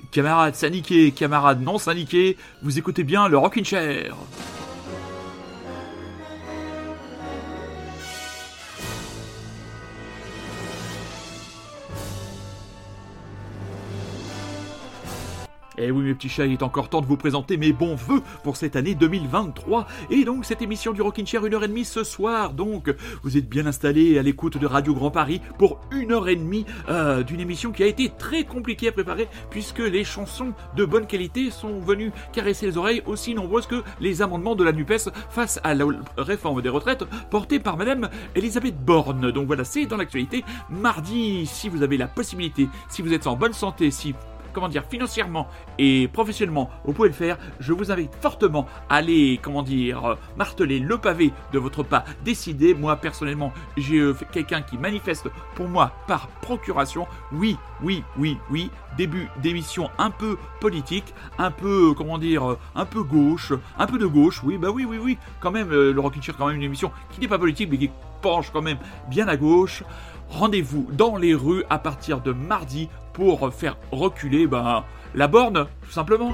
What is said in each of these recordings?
Camarades syndiqués, camarades non syndiqués, vous écoutez bien le Rockin' Chair. Et oui mes petits chats, il est encore temps de vous présenter mes bons vœux pour cette année 2023. Et donc cette émission du Rockin' Chair, 1h30 ce soir. Donc vous êtes bien installés à l'écoute de Radio Grand Paris pour 1h30 d'une émission qui a été très compliquée à préparer puisque les chansons de bonne qualité sont venues caresser les oreilles aussi nombreuses que les amendements de la NUPES face à la réforme des retraites portée par Madame Elisabeth Borne. Donc voilà, c'est dans l'actualité. Mardi, si vous avez la possibilité, si vous êtes en bonne santé, si financièrement et professionnellement, vous pouvez le faire. Je vous invite fortement à aller, marteler le pavé de votre pas décidé. Moi, personnellement, j'ai quelqu'un qui manifeste pour moi par procuration. Oui. Début d'émission un peu politique, un peu, un peu gauche, un peu de gauche. Oui. Quand même, le Rockin' Chair, quand même une émission qui n'est pas politique, mais qui penche quand même bien à gauche. Rendez-vous dans les rues à partir de mardi pour faire reculer la borne, tout simplement.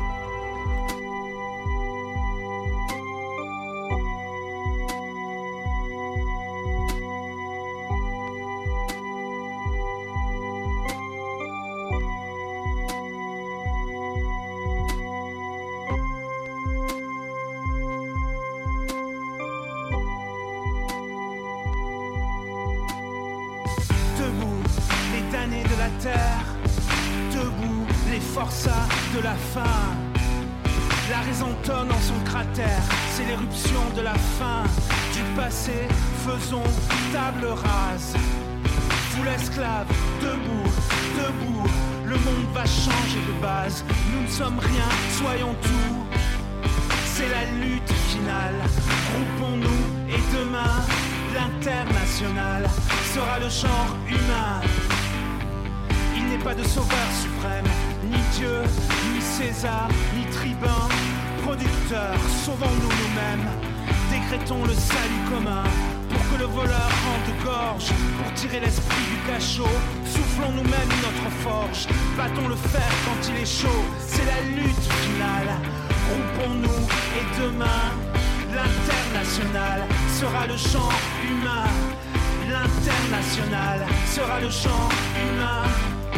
Sera le genre humain. Il n'est pas de sauveur suprême, ni Dieu, ni César, ni tribun. Producteurs, sauvons-nous nous-mêmes. Décrétons le salut commun pour que le voleur rende gorge. Pour tirer l'esprit du cachot, soufflons nous-mêmes notre forge. Battons le fer quand il est chaud, c'est la lutte finale. Rompons-nous et demain, l'international sera le chant humain. L'international sera le chant humain.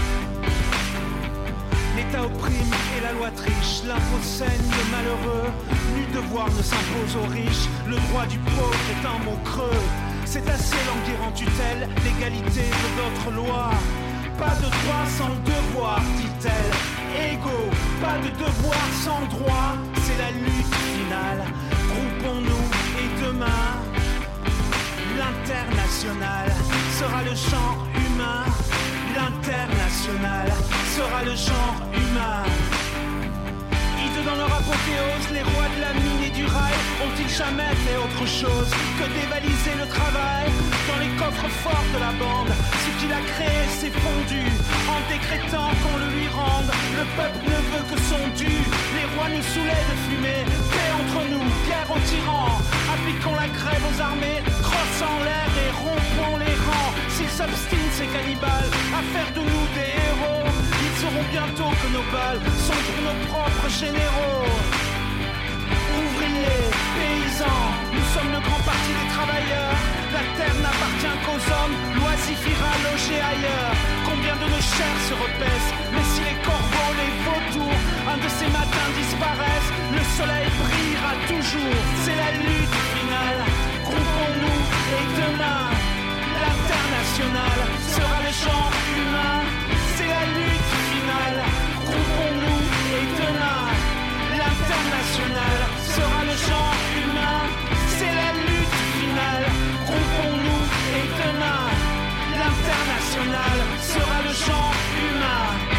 L'État opprime et la loi triche. L'impôt saigne le malheureux. Nul devoir ne s'impose aux riches. Le droit du pauvre est un mot creux. C'est assez languir en tutelle. L'égalité de d'autres lois. Pas de droit sans devoir, dit-elle. Égaux, pas de devoir sans droit. C'est la lutte finale. Groupons-nous et demain, l'international sera le genre humain. L'international sera le genre humain. Hideux dans leur apothéose, les rois de la mine et du rail ont-ils jamais fait autre chose que dévaliser le travail? Dans les coffres forts de la bande, ce qu'il a créé s'est fondu en décrétant qu'on le lui rende. Le peuple ne veut que son dû. Les rois nous saoulaient de fumer. Paix entre nous, guerre aux tyrans. Appliquons la grève aux armées, crosse en l'air et rompons les rangs. S'ils s'obstinent, ces cannibales, à faire de nous des héros, ils sauront bientôt que nos balles sont pour nos propres généraux. Ouvriers, paysans, nous sommes le grand parti des travailleurs. La terre n'appartient qu'aux hommes, l'oisif ira loger ailleurs. Combien de nos chairs se repaissent, mais si les corbeaux, les vautours, un de ces matins disparaissent, le soleil brillera toujours. C'est la lutte finale, groupons-nous et demain, l'international sera le genre humain. C'est la lutte finale, groupons-nous et demain, l'international sera le genre humain. C'est la lutte finale, groupons-nous et demain, l'international sera le genre humain.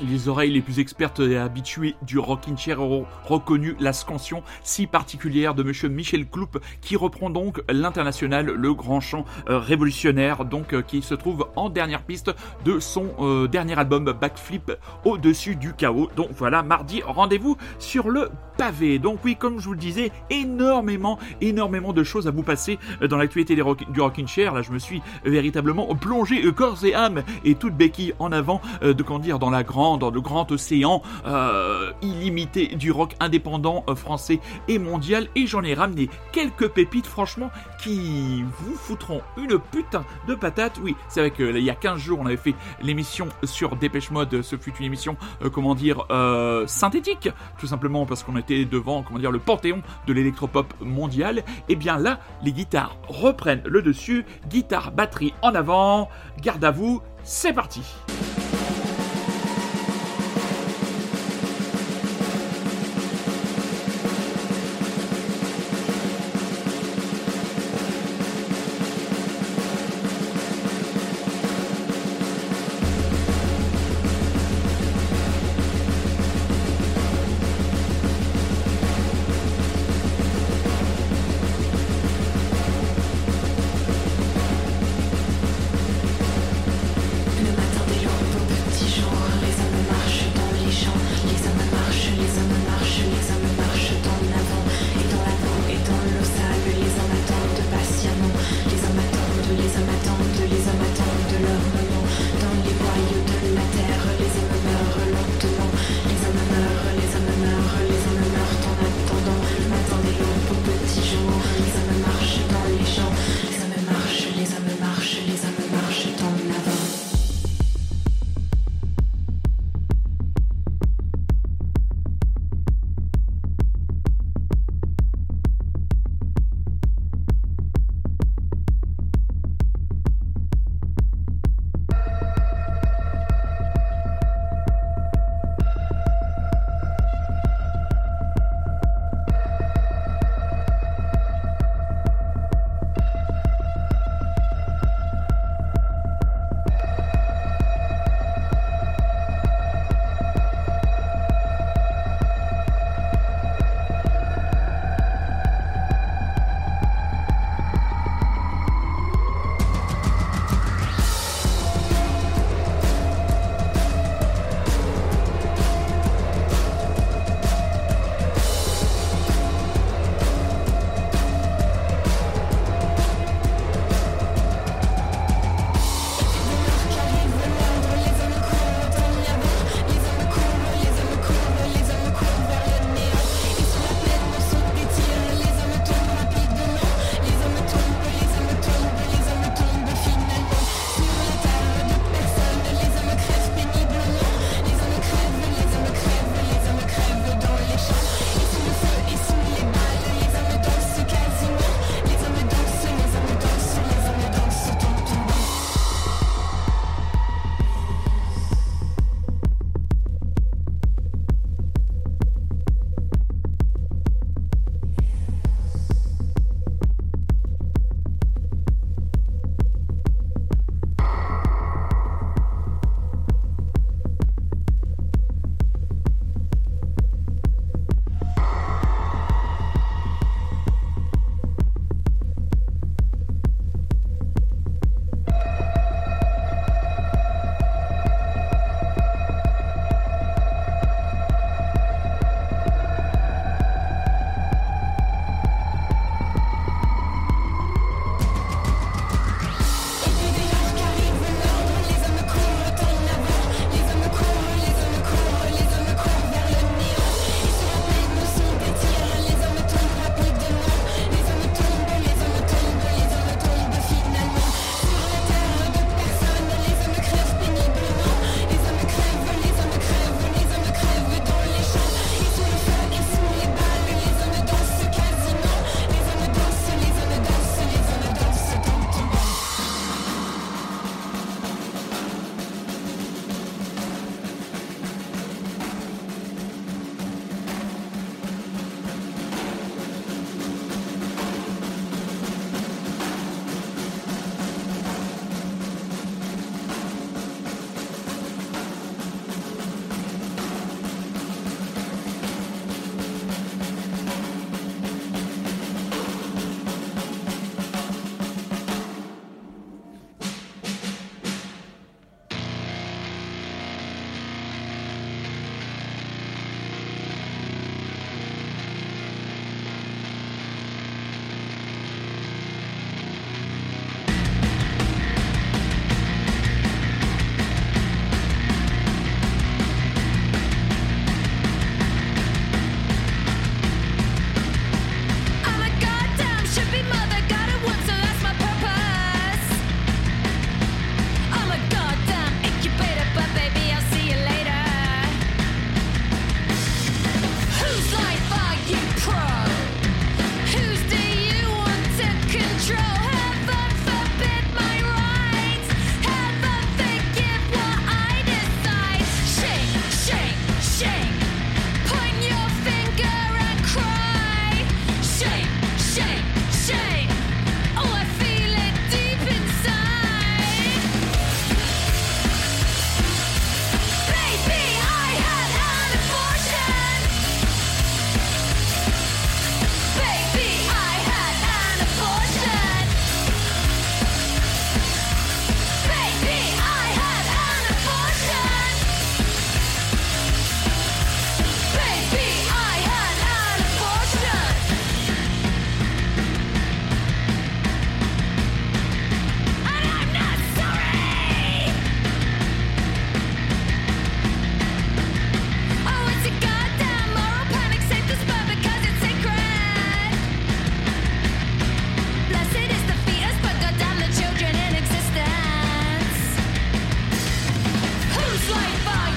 Les oreilles les plus expertes et habituées du Rockin' Chair auront reconnu la scansion si particulière de monsieur Michel Cloup, qui reprend donc l'International, le grand chant révolutionnaire, donc qui se trouve en dernière piste de son dernier album Backflip au-dessus du chaos. Donc voilà, mardi, rendez-vous sur le pavé. Donc oui, comme je vous le disais, énormément de choses à vous passer dans l'actualité du Rockin' Chair. Là, je me suis véritablement plongé corps et âme et toute béquille en avant dans le grand océan illimité du rock indépendant français et mondial, et j'en ai ramené quelques pépites franchement qui vous foutront une putain de patate. Oui, c'est vrai qu'il y a 15 jours on avait fait l'émission sur Dépêche Mode, ce fut une émission synthétique, tout simplement parce qu'on était devant le panthéon de l'électropop mondial. Et bien là, les guitares reprennent le dessus, guitare, batterie en avant, garde à vous, c'est parti. Le matin des jours.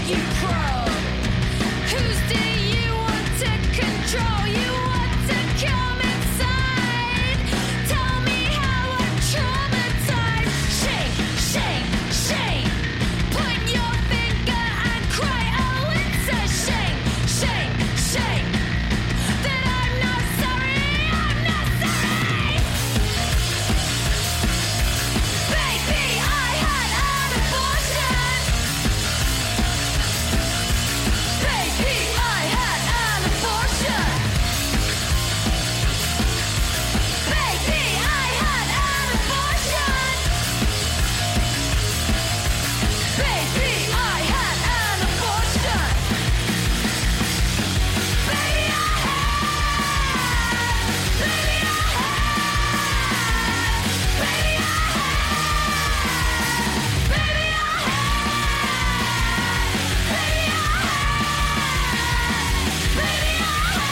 you probe? Whose do you want to control? You want to come inside? Tell me how I'm traumatized. Shame, shame, shame. Point your finger and cry. Oh, it's a shame, shame, shame. That I'm not sorry, I'm not sorry. Baby, I had an abortion. Baby, I had an abortion. Baby, I had an abortion. Baby, I had an abortion. Baby, I had. Baby, I had. Baby, I had. Baby, I had. Baby, I had. Baby, I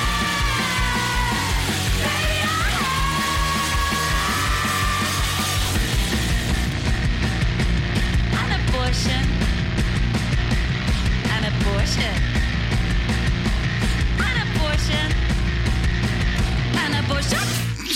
had. An abortion. An abortion. An abortion. An abortion.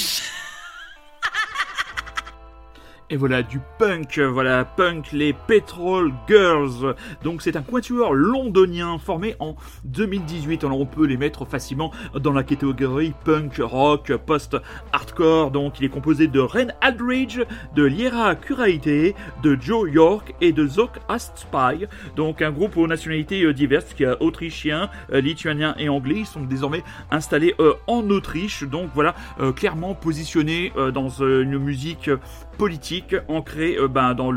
Et voilà du punk, les Petrol Girls. Donc c'est un quatuor londonien formé en 2018. Alors on peut les mettre facilement dans la catégorie punk, rock, post-hardcore. Donc il est composé de Ren Aldridge, de Liera Kuraite, de Joe York et de Zok Astspy. Donc un groupe aux nationalités diverses, qui a autrichien, lituanien et anglais. Ils sont désormais installés en Autriche. Donc voilà, clairement positionnés dans une musique politique ancrée dans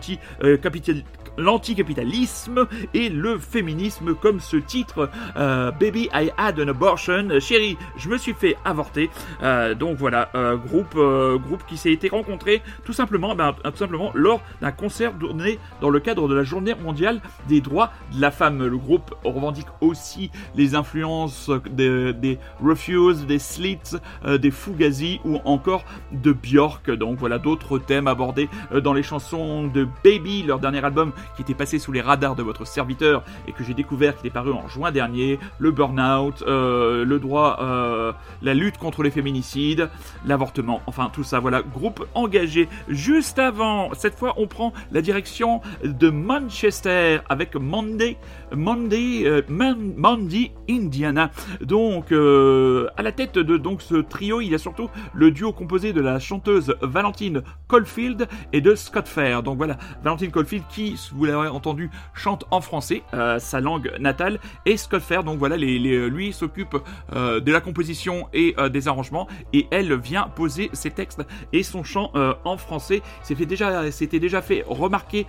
l'anticapitalisme et le féminisme, comme ce titre Baby I Had an Abortion, chérie je me suis fait avorter. Donc voilà, groupe qui s'est été rencontré tout simplement lors d'un concert donné dans le cadre de la journée mondiale des droits de la femme. Le groupe revendique aussi les influences des Refuse, des Slits, des Fugazi ou encore de Björk. Donc voilà d'autres thèmes abordés dans les chansons de Baby, leur dernier album qui était passé sous les radars de votre serviteur et que j'ai découvert, qui était paru en juin dernier. Le burn-out, le droit, la lutte contre les féminicides, l'avortement, enfin tout ça, voilà, groupe engagé. Juste avant, cette fois on prend la direction de Manchester avec Monday, Indiana. Donc à la tête de ce trio, il y a surtout le duo composé de la chanteuse Valentine Caulfield et de Scott Fair. Donc voilà, Valentine Caulfield qui, vous l'avez entendu, chante en français, sa langue natale, et Scott Fair, donc voilà, lui s'occupe de la composition et des arrangements, et elle vient poser ses textes et son chant en français. C'était déjà fait remarquer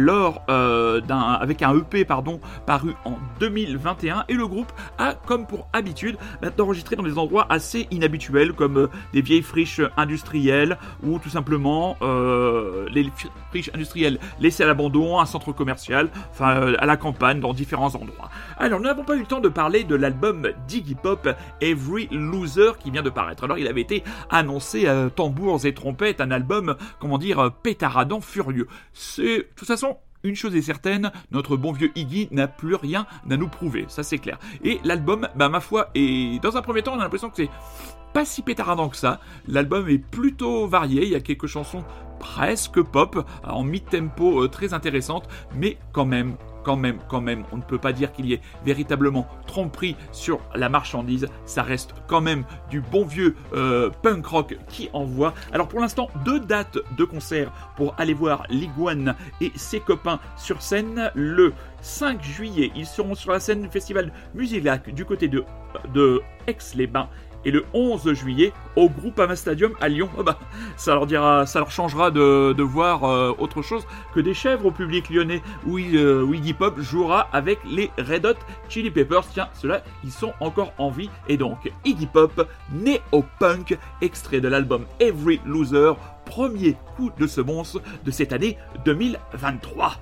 avec un EP paru en 2021, et le groupe a comme pour habitude d'enregistrer dans des endroits assez inhabituels comme des vieilles friches industrielles ou tout simplement les friches industrielles laissées à l'abandon, un centre commercial, enfin à la campagne, dans différents endroits. Alors nous n'avons pas eu le temps de parler de l'album d'Iggy Pop, Every Loser, qui vient de paraître. Alors il avait été annoncé à tambours et trompettes, un album, pétaradant, furieux. C'est, de toute façon, une chose est certaine, notre bon vieux Iggy n'a plus rien à nous prouver, ça c'est clair. Et l'album, ma foi, est, dans un premier temps, on a l'impression que c'est pas si pétaradant que ça. L'album est plutôt varié, il y a quelques chansons presque pop, en mid-tempo très intéressantes, mais quand même, on ne peut pas dire qu'il y ait véritablement tromperie sur la marchandise. Ça reste quand même du bon vieux punk rock qui envoie. Alors pour l'instant, 2 dates de concert pour aller voir l'Iguane et ses copains sur scène. Le 5 juillet, ils seront sur la scène du festival Musilac du côté de Aix-les-Bains. Et le 11 juillet, au Groupama Stadium à Lyon. Ça leur changera de voir autre chose que des chèvres au public lyonnais, où Iggy Pop jouera avec les Red Hot Chili Peppers. Tiens, ceux-là, ils sont encore en vie. Et donc, Iggy Pop, néo-punk, extrait de l'album Every Loser, premier coup de semonce de cette année 2023.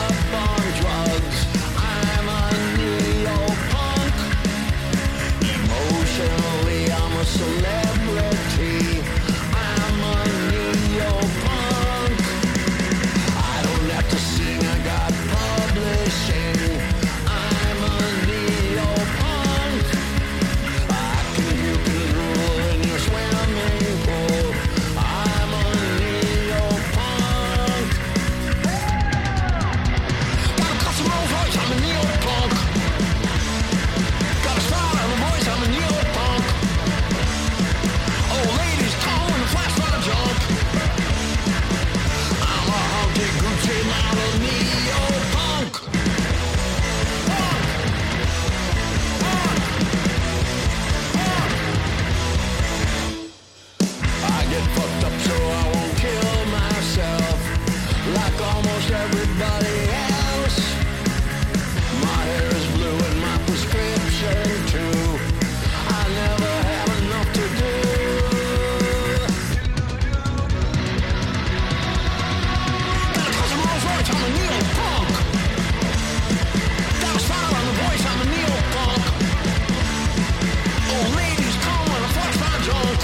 Drugs. I'm a neo-punk. celebrity. I'm a neo-punk. I don't have to sing, I got publishing. I'm a neo-punk. You can drool in your swimming pool. I'm a neo-punk. Got a custom Rolls Royce, I'm a neo-punk. Got a style and a voice, I'm a neo-punk. Old ladies tall and a flashlight of junk. I'm a hunky Gucci model neo-punk. I get fucked up so I won't kill myself, like almost everybody else. My hair is blue and my prescription too. I never have enough to do. Got a custom Rolls Royce, I'm a neo-punk. Got a style and a voice, I'm a neo-punk. Old ladies come when I flush my junk.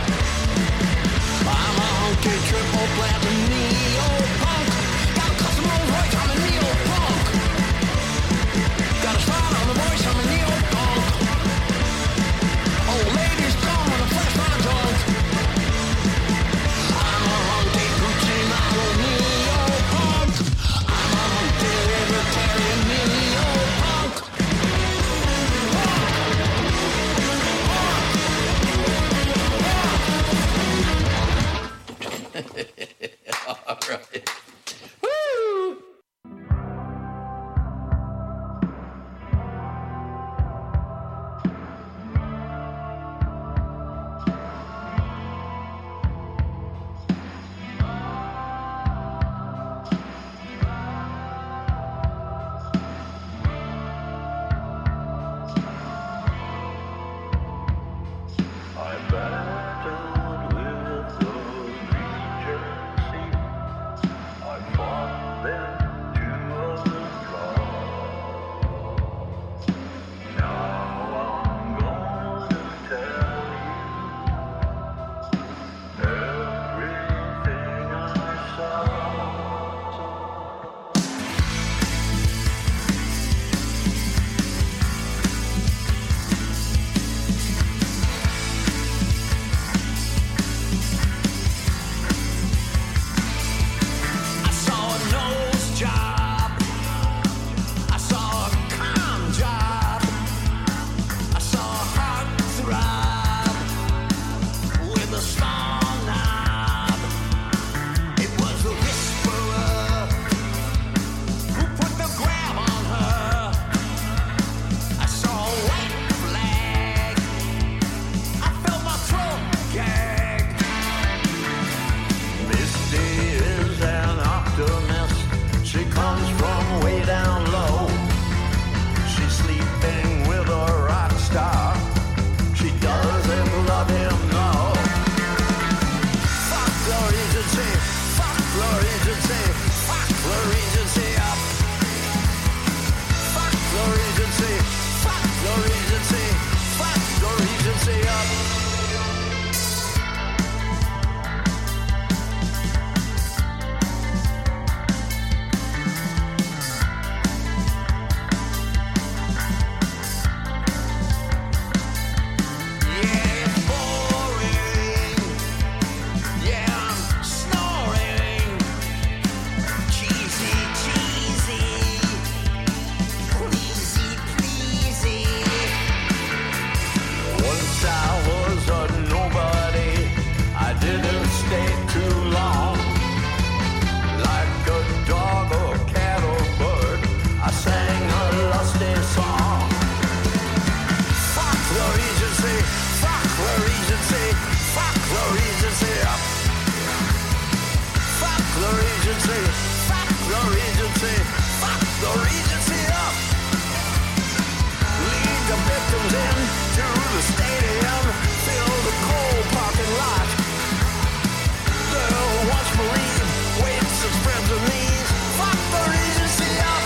I'm a hunky triple platinum neo-punk. Got a custom Rolls Royce, I'm a neo-punk. Got a style on the voice, I'm a neo-punk. Old ladies come when I flash my junk. I'm a hunky Gucci model neo-punk. I'm a hunky libertarian neo-punk. All right. Woo! I battled with the Regency. I fought them to a draw. Now I'm gonna tell you everything I saw. I saw a nose job. I saw a con job. I saw a heart throb with a small knob. It was a whisperer who put the grab on her. I saw a white flag. I felt my throat gag. Misty is an optimist. She comes from way down low. She's sleeping with a rock star. She doesn't love him, no. Fuck the Regency. Fuck the Regency. Fuck the Regency up. Fuck the Regency. Fuck the Regency. Fuck the Regency up. Yeah, it's boring. Yeah, I'm snoring. Cheesy, cheesy. Pleasy, pleasy. Once I was a nobody. I didn't stay too long. Like a dog or cat or bird, I sang a lusty song. Fuck the Regency, fuck the Regency, fuck the Regency up. Fuck the Regency, fuck the Regency, fuck the Regency up. Lead the victims in to the stadium, fill the coal parking lot. They'll watch believe, waits and spreads their knees. Fuck the Regency up.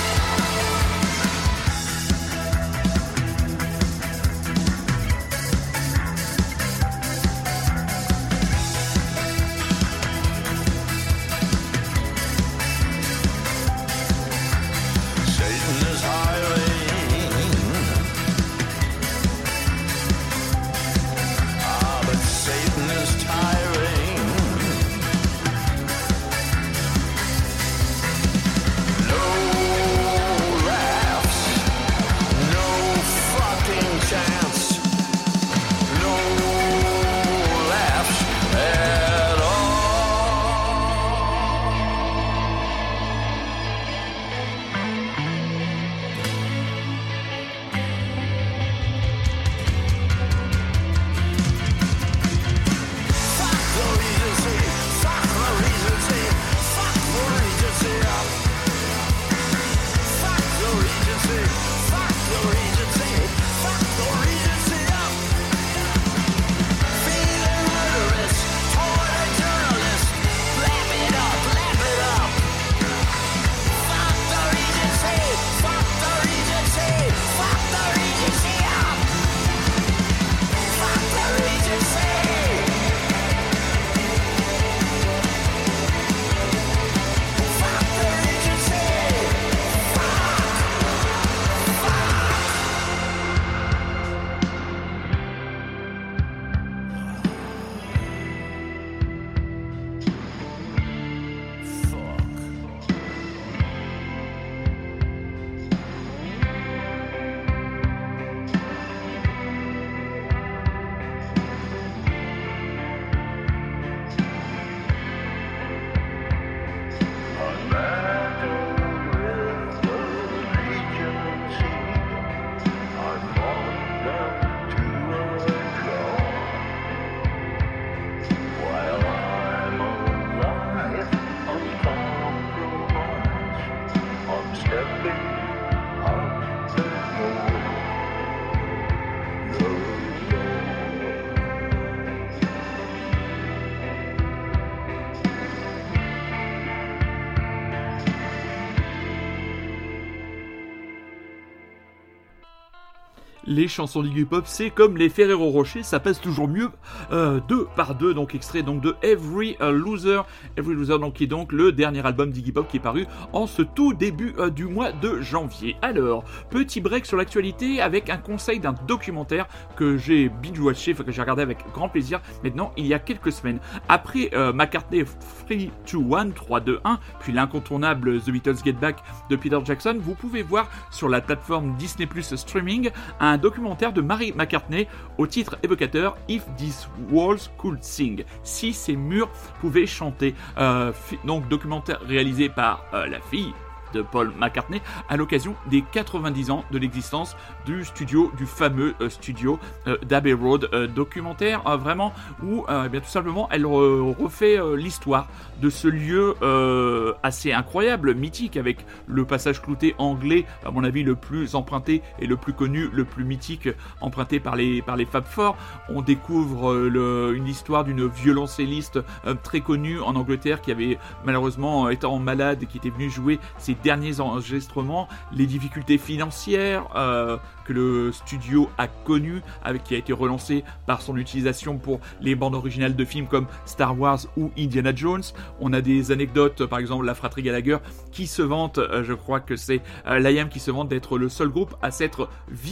Les chansons d'Iggy Pop, c'est comme les Ferrero Rocher, ça passe toujours mieux 2 par 2, donc extrait donc de Every Loser, donc qui est donc le dernier album d'Iggy Pop qui est paru en ce tout début du mois de janvier. Alors, petit break sur l'actualité avec un conseil d'un documentaire que j'ai binge-watché, que j'ai regardé avec grand plaisir maintenant il y a quelques semaines. Après McCartney 3-2-1, 3-2-1, puis l'incontournable The Beatles Get Back de Peter Jackson, vous pouvez voir sur la plateforme Disney Plus Streaming un documentaire de Mary McCartney au titre évocateur If These Walls Could Sing, si ces murs pouvaient chanter. Donc documentaire réalisé par la fille de Paul McCartney à l'occasion des 90 ans de l'existence du fameux studio d'Abbey Road, documentaire vraiment où bien tout simplement elle refait l'histoire de ce lieu assez incroyable, mythique, avec le passage clouté anglais, à mon avis le plus emprunté et le plus connu, le plus mythique, emprunté par les Fab Four. On découvre une histoire d'une violoncelliste très connue en Angleterre qui avait malheureusement étant malade et qui était venue jouer ses derniers enregistrements, les difficultés financières que le studio a connues, qui a été relancé par son utilisation pour les bandes originales de films comme Star Wars ou Indiana Jones. On a des anecdotes, par exemple la fratrie Gallagher qui se vante, je crois que c'est l'IAM qui se vante d'être le seul groupe à s'être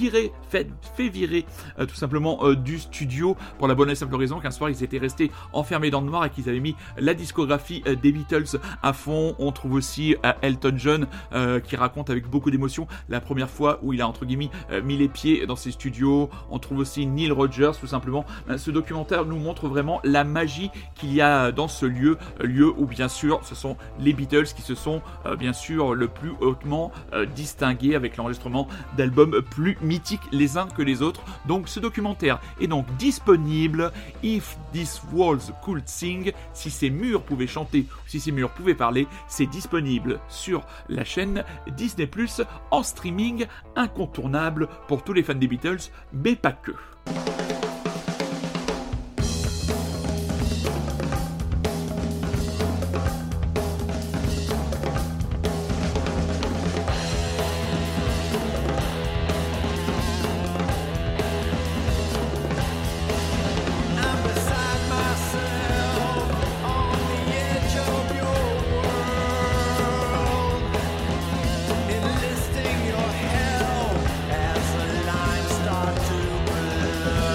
fait virer tout simplement du studio pour la bonne et simple raison qu'un soir ils étaient restés enfermés dans le noir et qu'ils avaient mis la discographie des Beatles à fond. On trouve aussi Elton John qui raconte avec beaucoup d'émotion la première fois où il a entre guillemets mis les pieds dans ses studios. On trouve aussi Neil Rogers tout simplement. Ce documentaire nous montre vraiment la magie qu'il y a dans ce lieu où bien sûr ce sont les Beatles qui se sont bien sûr le plus hautement distingués avec l'enregistrement d'albums plus mythiques les uns que les autres. Donc ce documentaire est donc disponible, If These Walls Could Sing, si ces murs pouvaient chanter, si ces murs pouvaient parler, c'est disponible sur la chaîne Disney+, en streaming incontournable pour tous les fans des Beatles, mais pas que. Enlisting your help as the lines start to blur.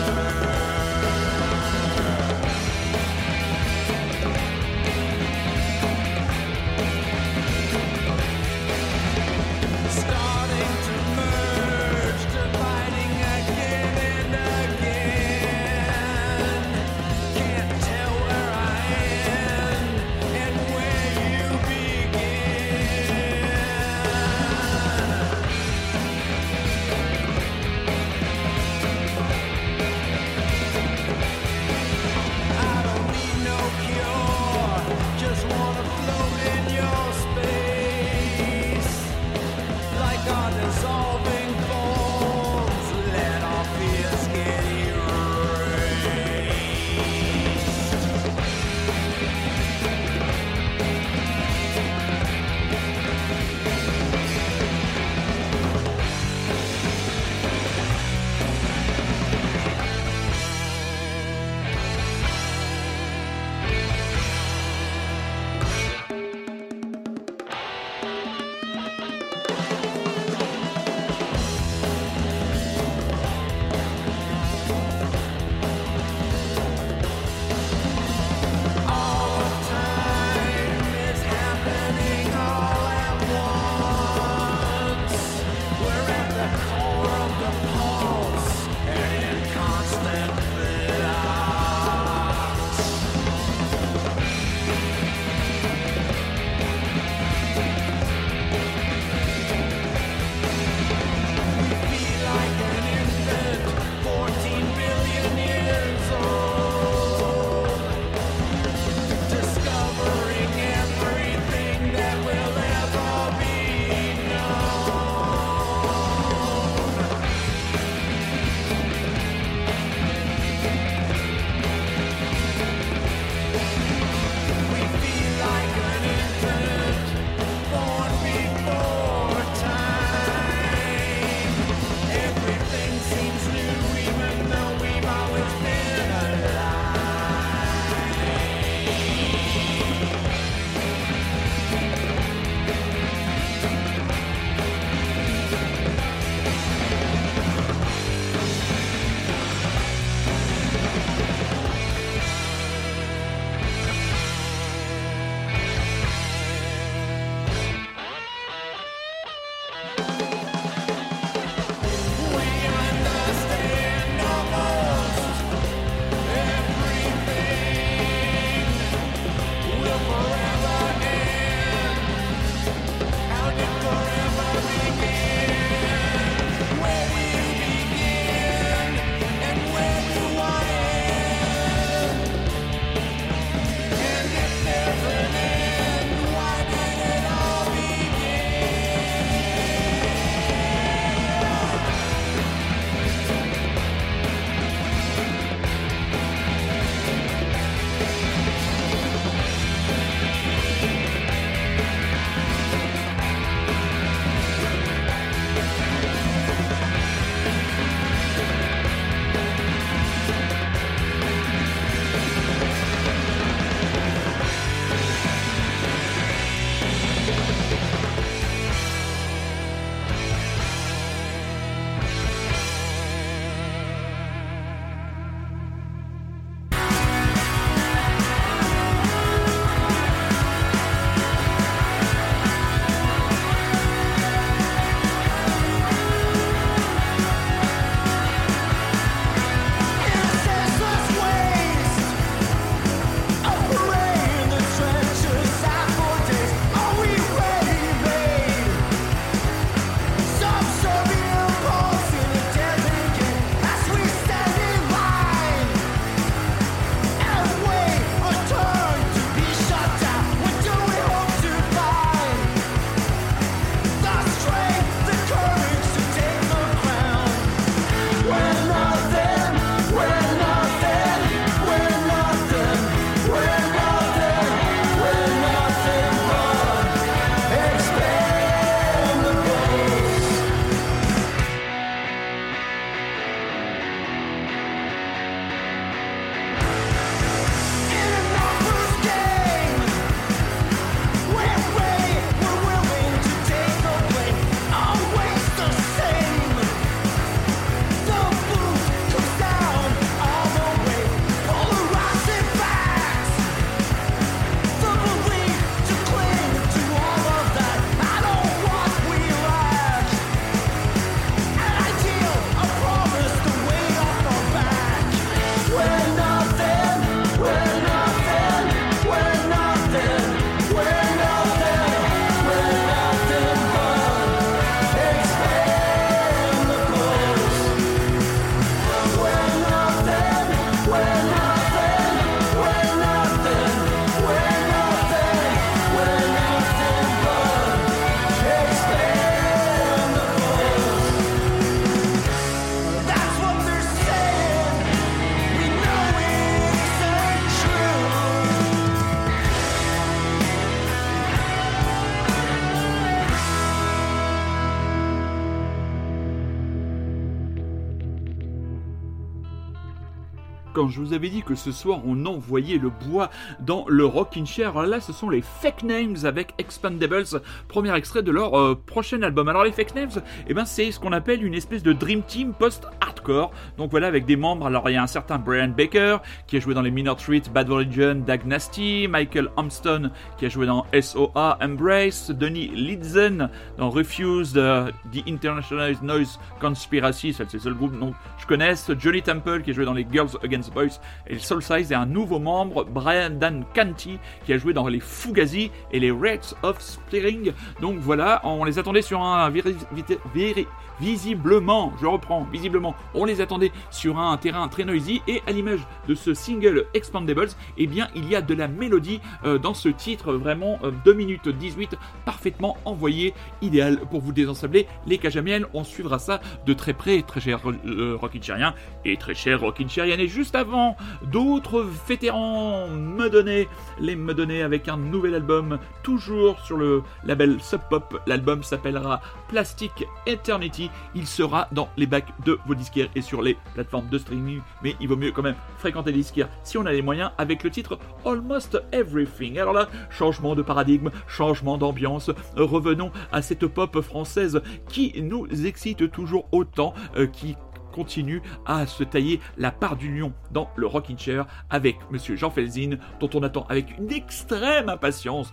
Quand je vous avais dit que ce soir on envoyait le bois dans le Rockin' Chair, alors là ce sont les Fake Names avec Expandables, premier extrait de leur prochain album. Alors les Fake Names, eh ben, c'est ce qu'on appelle une espèce de Dream Team post-hardcore. Donc voilà, avec des membres, alors il y a un certain Brian Baker qui a joué dans les Minor Threat, Bad Religion, Dag Nasty, Michael Armstrong qui a joué dans SOA, Embrace, Donny Lidzen dans Refused, The International Noise Conspiracy, c'est le seul groupe dont je connaisse, Johnny Temple qui a joué dans les Girls Against Boys et les Soul Size, et un nouveau membre, Brandon Canty, qui a joué dans les Fugazi et les Rates of Splitting. Donc voilà, on les attendait sur un visiblement, on les attendait sur un terrain très noisy, et à l'image de ce single Expandables, eh bien il y a de la mélodie dans ce titre, vraiment 2 minutes 18, parfaitement envoyé, idéal pour vous désensabler les cages à miel. On suivra ça de très près, très cher Rockin' Chairien et très cher Rockin' Chairienne. Et juste avant, d'autres vétérans les Meudonnais avec un nouvel album, toujours sur le label Sub Pop. L'album s'appellera Plastic Eternity. Il sera dans les bacs de vos disquaires et sur les plateformes de streaming, mais il vaut mieux quand même fréquenter les disquaires si on a les moyens, avec le titre Almost Everything. Alors là, changement de paradigme, changement d'ambiance, revenons à cette pop française qui nous excite toujours autant, qui continue à se tailler la part du lion dans le Rockin' Chair avec Monsieur Jean Felzin, dont j'attends avec une extrême impatience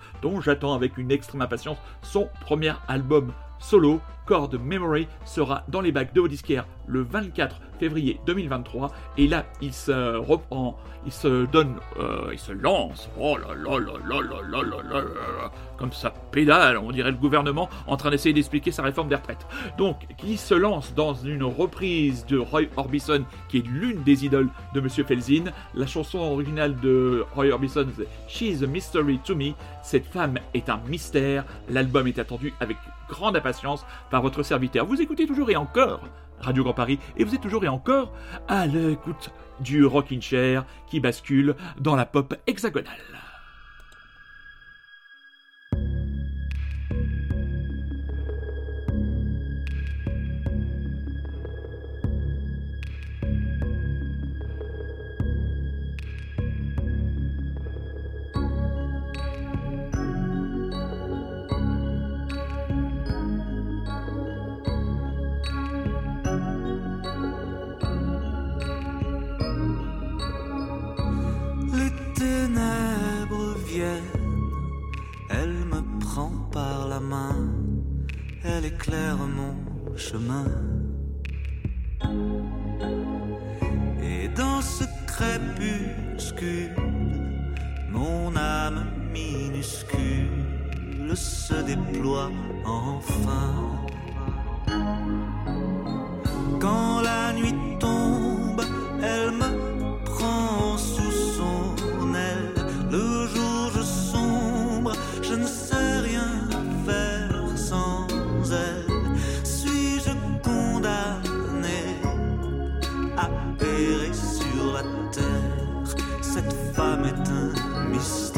son premier album solo. Chord Memory sera dans les bacs de vos disquaires le 24 février 2023, et là il se lance, oh là là là là là là là là là, comme ça pédale, on dirait le gouvernement en train d'essayer d'expliquer sa réforme des retraites. Donc qui se lance dans une reprise de Roy Orbison, qui est l'une des idoles de Monsieur Felzin. La chanson originale de Roy Orbison, c'est She's a Mystery to Me. Cette femme est un mystère. L'album est attendu avec grande impatience par votre serviteur. Vous écoutez toujours et encore Radio Grand Paris, et vous êtes toujours et encore à l'écoute du Rockin' Chair qui bascule dans la pop hexagonale. Elle me prend par la main, elle éclaire mon chemin. Et dans ce crépuscule, mon âme minuscule se déploie enfin. Quand la nuit tombe, elle me prend sous son aile. Le jour je sombre, je ne sais rien faire sans elle. Suis-je condamné à errer sur la terre? Cette femme est un mystère.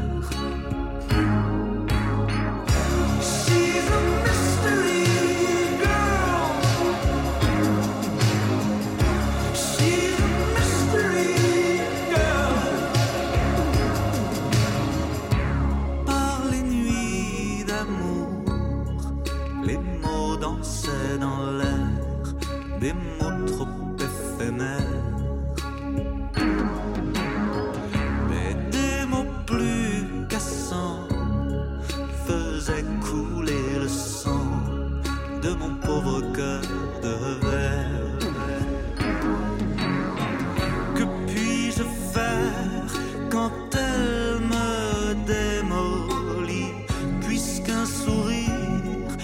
Des mots trop éphémères, mais des mots plus cassants faisaient couler le sang de mon pauvre cœur de verre. Que puis-je faire quand elle me démolit, puisqu'un sourire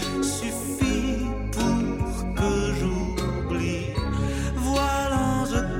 suffit pour que j'oublie? Voilà, je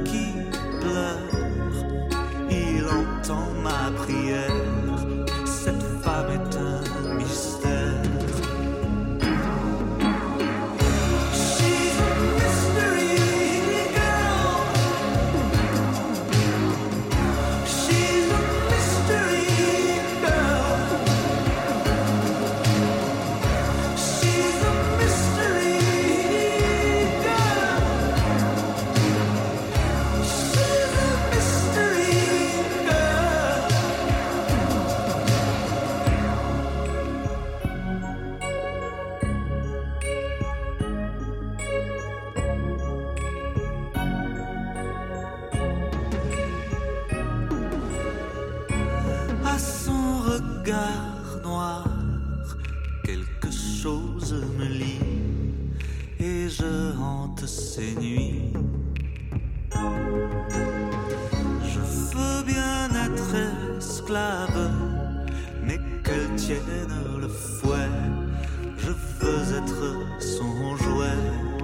regard noir, quelque chose me lie et je hante ces nuits. Je veux bien être esclave, mais qu'elle tienne le fouet. Je veux être son jouet.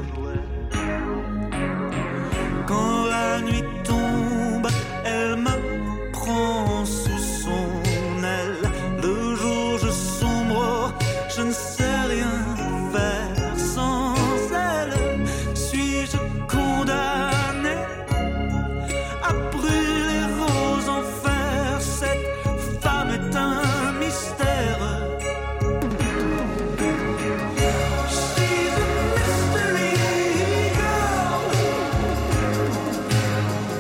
Quand la nuit tombe, elle me prend sous son aile. Le jour je sombre, je ne sais rien faire sans elle. Suis-je condamné à brûler aux enfers? Cette femme est un mystère. She's a mystery girl.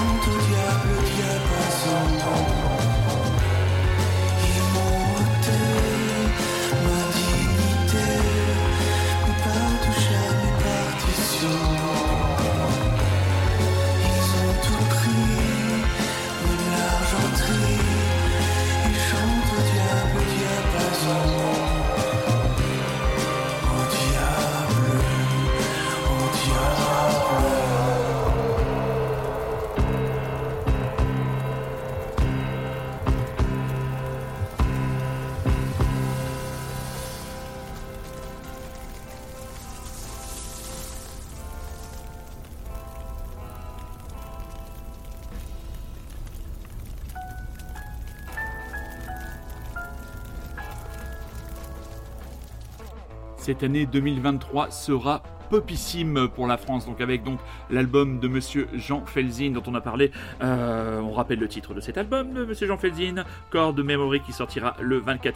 chante au diapason. Ils m'ont ôté ma dignité, mes partouches à mes partitions. Ils ont tout pris, même l'argenterie. Ils chantent au diapason. Au diable, au diable. Cette année 2023 sera popissime pour la France, donc avec l'album de Monsieur Jean Felzin dont on a parlé. On rappelle le titre de cet album de Monsieur Jean Felzin, Chord Memory, qui sortira le 24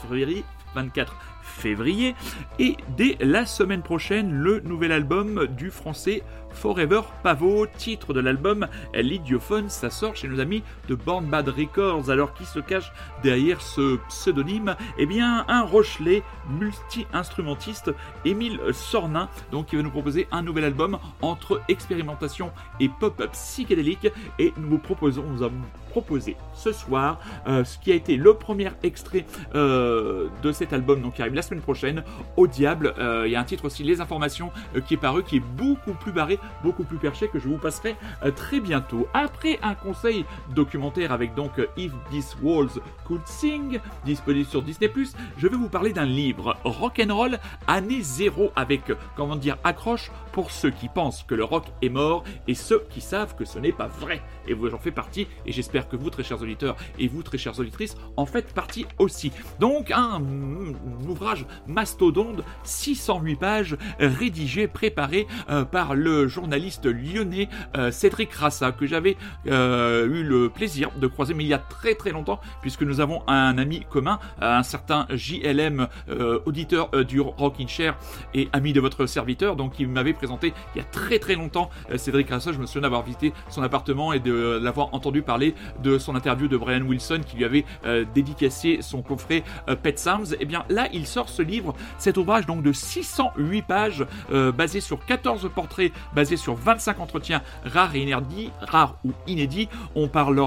février. Et dès la semaine prochaine, le nouvel album du français Forever Pavot, titre de l'album L'Idiophone. Ça sort chez nos amis de Born Bad Records. Alors, qui se cache derrière ce pseudonyme? Eh bien, un Rochelais multi-instrumentiste, Émile Sornin, donc qui va nous proposer un nouvel album entre expérimentation et pop psychédélique. Et nous avons proposé ce soir ce qui a été le premier extrait de cet album, donc qui arrive la semaine prochaine, Au Diable. Il y a un titre aussi, Les Informations, qui est paru, qui est beaucoup plus barré, beaucoup plus perché, que je vous passerai très bientôt. Après un conseil documentaire avec If These Walls Could Sing, disponible sur Disney+, je vais vous parler d'un livre, Rock'n'Roll, année 0, avec, accroche pour ceux qui pensent que le rock est mort et ceux qui savent que ce n'est pas vrai. Et j'en fais partie, et j'espère que vous, très chers auditeurs, et vous, très chères auditrices, en faites partie aussi. Donc, un ouvrage mastodonte, 608 pages, rédigé, préparé par le journaliste lyonnais Cédric Rassa, que j'avais eu le plaisir de croiser, mais il y a très très longtemps, puisque nous avons un ami commun, un certain JLM, auditeur du Rockin' Chair et ami de votre serviteur, donc il m'avait présenté il y a très très longtemps Cédric Rassa. Je me souviens d'avoir visité son appartement et de l'avoir entendu parler de son interview de Brian Wilson, qui lui avait dédicacé son coffret Pet Sounds. Et bien là, il sort ce livre, cet ouvrage donc de 608 pages, basé sur 14 portraits, basé sur 25 entretiens rares ou inédits. On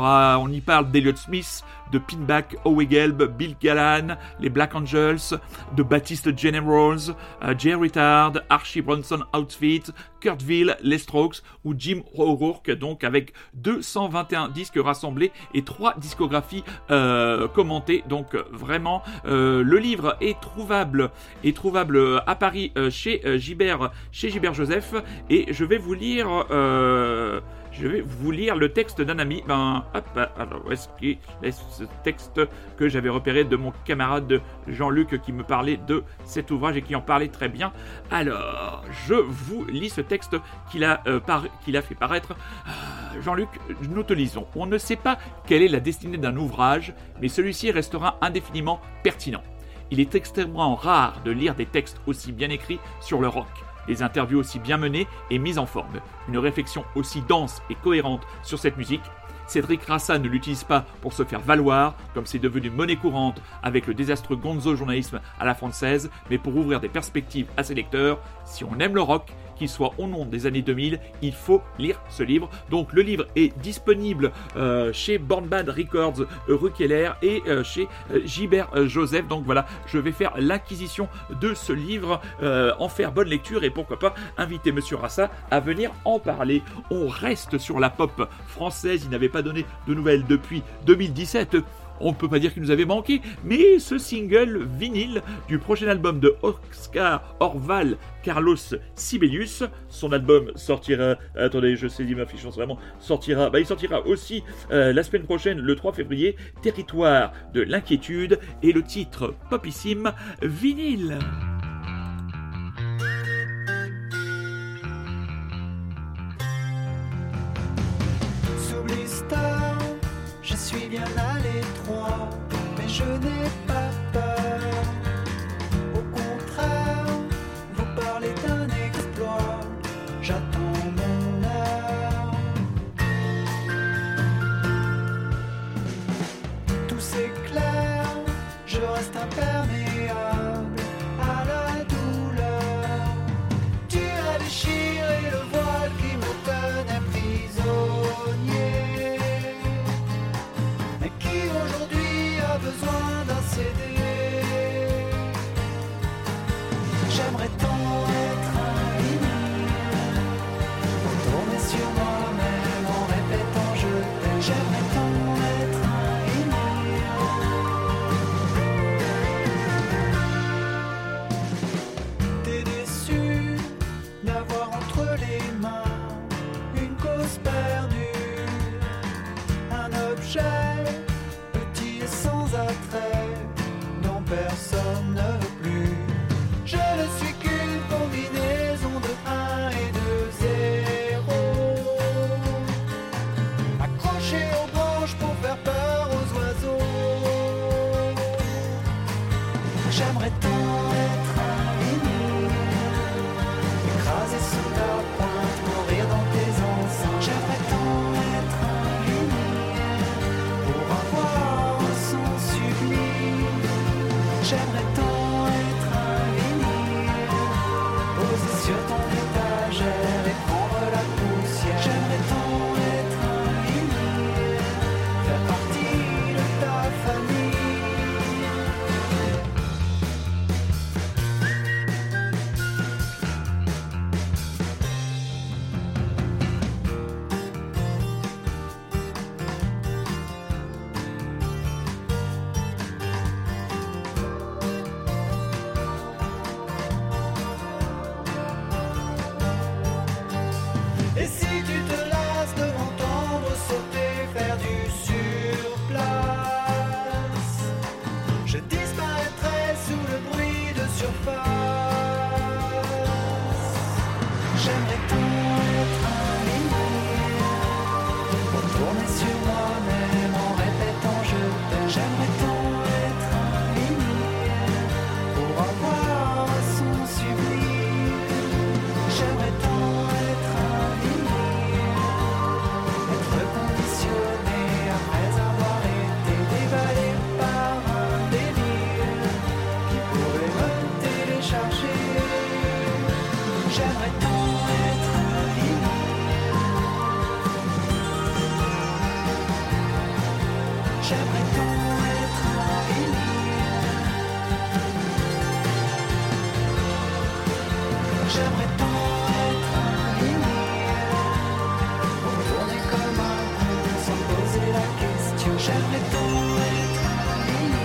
y parle d'Elliott Smith, de Pinback, Howie Gelb, Bill Gallan, les Black Angels, de Baptiste Generals, Jerry Tard, Archie Bronson Outfit, Kurt Vile, Les Strokes ou Jim O'Rourke, donc avec 221 disques rassemblés et 3 discographies commentées. Donc vraiment, le livre est trouvable à Paris chez Gilbert Joseph, et je vais vous lire le texte d'un ami. Alors, où est-ce qu'il est ce texte que j'avais repéré de mon camarade Jean-Luc, qui me parlait de cet ouvrage et qui en parlait très bien. Alors, je vous lis ce texte qu'il a fait paraître. Jean-Luc, nous te lisons. On ne sait pas quelle est la destinée d'un ouvrage, mais celui-ci restera indéfiniment pertinent. Il est extrêmement rare de lire des textes aussi bien écrits sur le rock, des interviews aussi bien menées et mises en forme, une réflexion aussi dense et cohérente sur cette musique. Cédric Rassa ne l'utilise pas pour se faire valoir, comme c'est devenu monnaie courante avec le désastreux gonzo journalisme à la française, mais pour ouvrir des perspectives à ses lecteurs. Si on aime le rock, qu'il soit au nom des années 2000, il faut lire ce livre. Donc le livre est disponible chez Born Bad Records, rue Keller, et chez Gilbert Joseph. Donc voilà, je vais faire l'acquisition de ce livre, en faire bonne lecture, et pourquoi pas inviter Monsieur Rassa à venir en parler. On reste sur la pop française. Il n'avait pas donné de nouvelles depuis 2017. On ne peut pas dire qu'il nous avait manqué, mais ce single vinyle du prochain album de Oscar Orval Carlos Sibelius, son album sortira, attendez, je saisis ma fiche, il sortira aussi la semaine prochaine, le 3 février, Territoire de l'inquiétude, et le titre popissime, Vinyle. Sous blister, je suis bien à l'étroit, mais je n'ai pas peur. Au contraire, vous parlez d'un exploit, j'attends mon heure. J'aimerais tant être aligné, retourner sur moi-même en répétant je t'aime. J'aimerais tant être aligné pour avoir son sublime. J'aimerais tant être aligné, être conditionné après avoir été déballé par un délire qui pourrait me télécharger. J'aimerais tant être aligné. J'aimerais tant être aligné. J'aimerais tant être aligné. Retourner comme un con sans poser la question. J'aimerais tant être aligné.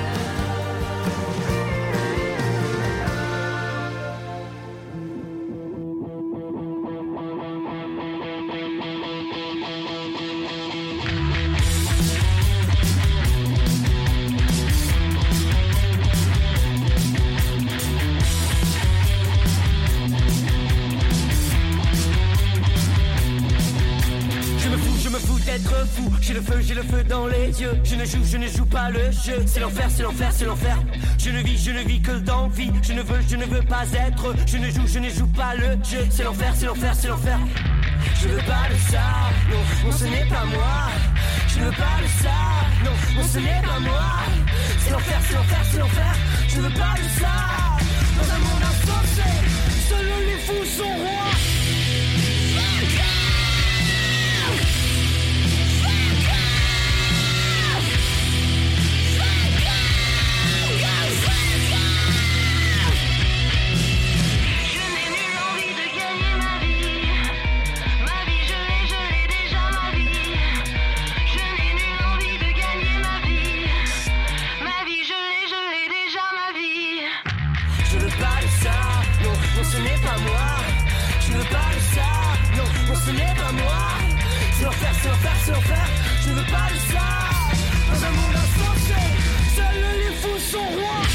Je me fous d'être fou. J'ai le feu dans les yeux. Je ne joue pas le jeu. C'est l'enfer, c'est l'enfer, c'est l'enfer. Je ne vis que d'envie. Je ne veux pas être. Je ne joue pas le jeu. C'est l'enfer, c'est l'enfer, c'est l'enfer. Je veux pas de ça, non, ce n'est pas moi. Je veux pas de ça, non, ce n'est pas moi. C'est l'enfer, c'est l'enfer, c'est l'enfer. Je veux pas de ça. Dans un monde insensé, seuls les fous sont rois. Je n'ai nulle envie de gagner ma vie. Ma vie, je l'ai déjà, ma vie. Je n'ai nulle envie de gagner ma vie. Ma vie, je l'ai déjà, ma vie. Je veux pas de ça, non, ce n'est pas moi. Je veux pas de ça, non, ce n'est pas moi. C'est l'enfer, c'est l'enfer, c'est l'enfer. Je veux pas de ça. Dans un monde insensé, seuls les fous sont rois.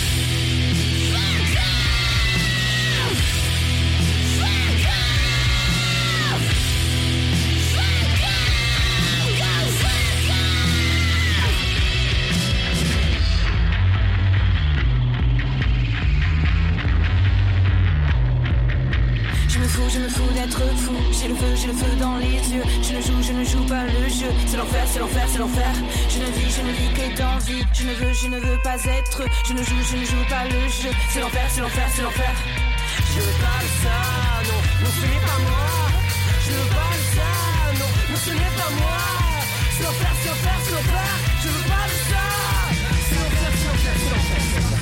Je me fous d'être fou. J'ai le feu dans les yeux. Je ne joue pas le jeu. C'est l'enfer, c'est l'enfer, c'est l'enfer. Je ne vis que d'envie. Je ne veux pas être. Je ne joue pas le jeu. C'est l'enfer, c'est l'enfer, c'est l'enfer. Je veux pas de ça, non, ce n'est pas moi. Je veux pas de ça, non, ce n'est pas moi. C'est l'enfer, c'est l'enfer, c'est l'enfer. Je veux pas de ça. C'est l'enfer, c'est l'enfer, c'est l'enfer, c'est l'enfer.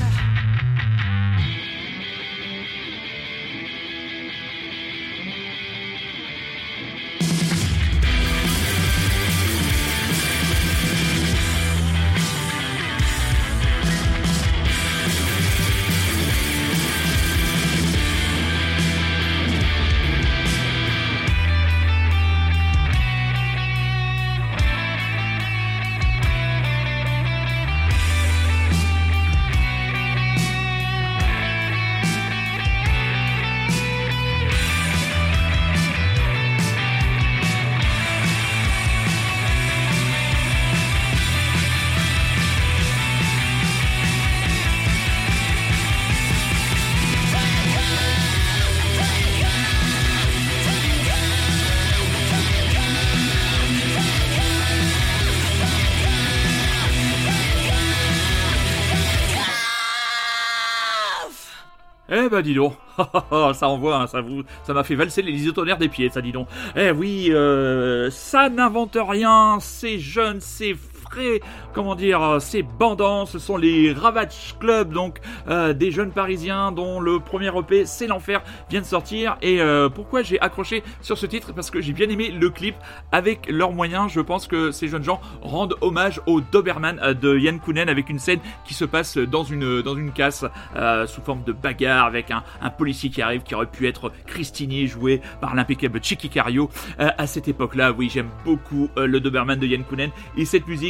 Eh ben dis donc, ça envoie, hein, ça m'a fait valser les isotonnerres des pieds, ça dis donc. Eh oui, ça n'invente rien, c'est jeune, c'est frais, comment dire, c'est bandant, ce sont les Ravage Club, donc des jeunes parisiens dont le premier EP, C'est l'enfer, vient de sortir. Et pourquoi j'ai accroché sur ce titre? Parce que j'ai bien aimé le clip. Avec leurs moyens, je pense que ces jeunes gens rendent hommage au Doberman de Yann Kounen, avec une scène qui se passe dans une casse sous forme de bagarre avec un policier qui arrive, qui aurait pu être Christinier, joué par l'impeccable Chicky Cario. À cette époque-là, oui, j'aime beaucoup le Doberman de Yann Kounen, et cette musique,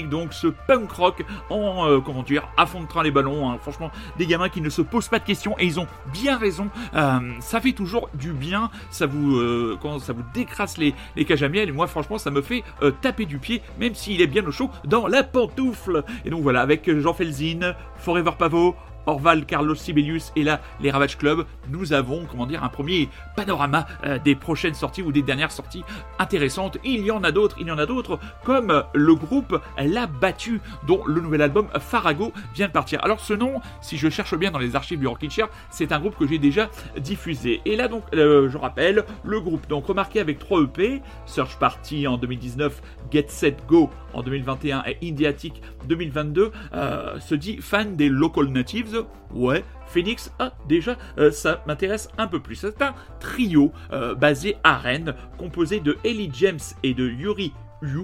avec donc ce punk rock en, comment dire, à fond de train les ballons, hein. Franchement, des gamins qui ne se posent pas de questions, et ils ont bien raison. Ça fait toujours du bien, ça vous décrasse les cages à miel, et moi franchement ça me fait taper du pied, même s'il est bien au chaud dans la pantoufle. Et donc voilà, avec Jean Felzin, Forever Pavot, Orval, Carlos Sibelius et là les Ravage Club, nous avons, comment dire, un premier panorama des prochaines sorties ou des dernières sorties intéressantes. Il y en a d'autres, comme le groupe La Battue, dont le nouvel album Farago vient de partir. Alors ce nom, si je cherche bien dans les archives du Rockin' Chair, c'est un groupe que j'ai déjà diffusé. Et là donc, je rappelle, le groupe donc remarqué avec 3 EP, Search Party en 2019, Get Set Go en 2021 et Indiatic 2022, se dit fan des Local Natives. Ouais, Phoenix, déjà, ça m'intéresse un peu plus. C'est un trio basé à Rennes, composé de Ellie James et de Yuri Yu,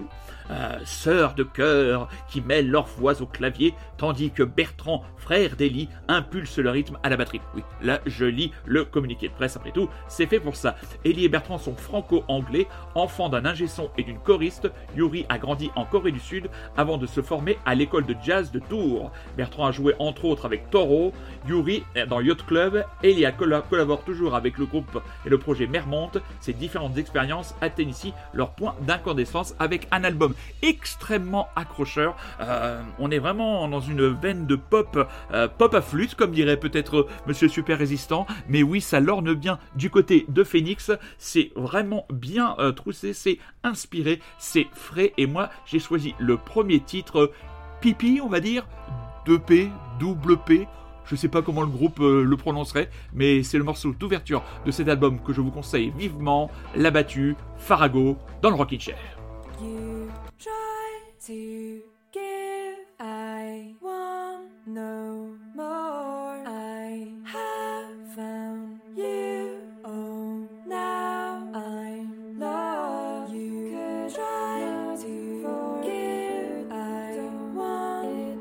sœurs de chœur qui mêlent leurs voix au clavier, tandis que Bertrand, frère d'Ellie, impulse le rythme à la batterie. Oui, là je lis le communiqué de presse, après tout, c'est fait pour ça. Ellie et Bertrand sont franco-anglais, enfants d'un ingé-son et d'une choriste. Yuri a grandi en Corée du Sud avant de se former à l'école de jazz de Tours. Bertrand a joué entre autres avec Toro, Yuri dans Yacht Club, Ellie collabore toujours avec le groupe et le projet Mermont. Ces différentes expériences atteignent ici leur point d'incandescence avec un album extrêmement accrocheur. On est vraiment dans une veine de pop à flûte, comme dirait peut-être Monsieur Super Résistant, mais oui, ça lorne bien du côté de Phoenix. C'est vraiment bien troussé, c'est inspiré, c'est frais, et moi j'ai choisi le premier titre, Pipi, on va dire, 2P, double P. Je sais pas comment le groupe le prononcerait, mais c'est le morceau d'ouverture de cet album que je vous conseille vivement, La Battue, Farago, dans le Rockin' Chair. You try to give, I want no more. I have found you, oh now I'm lost. You could try to forgive, I don't want it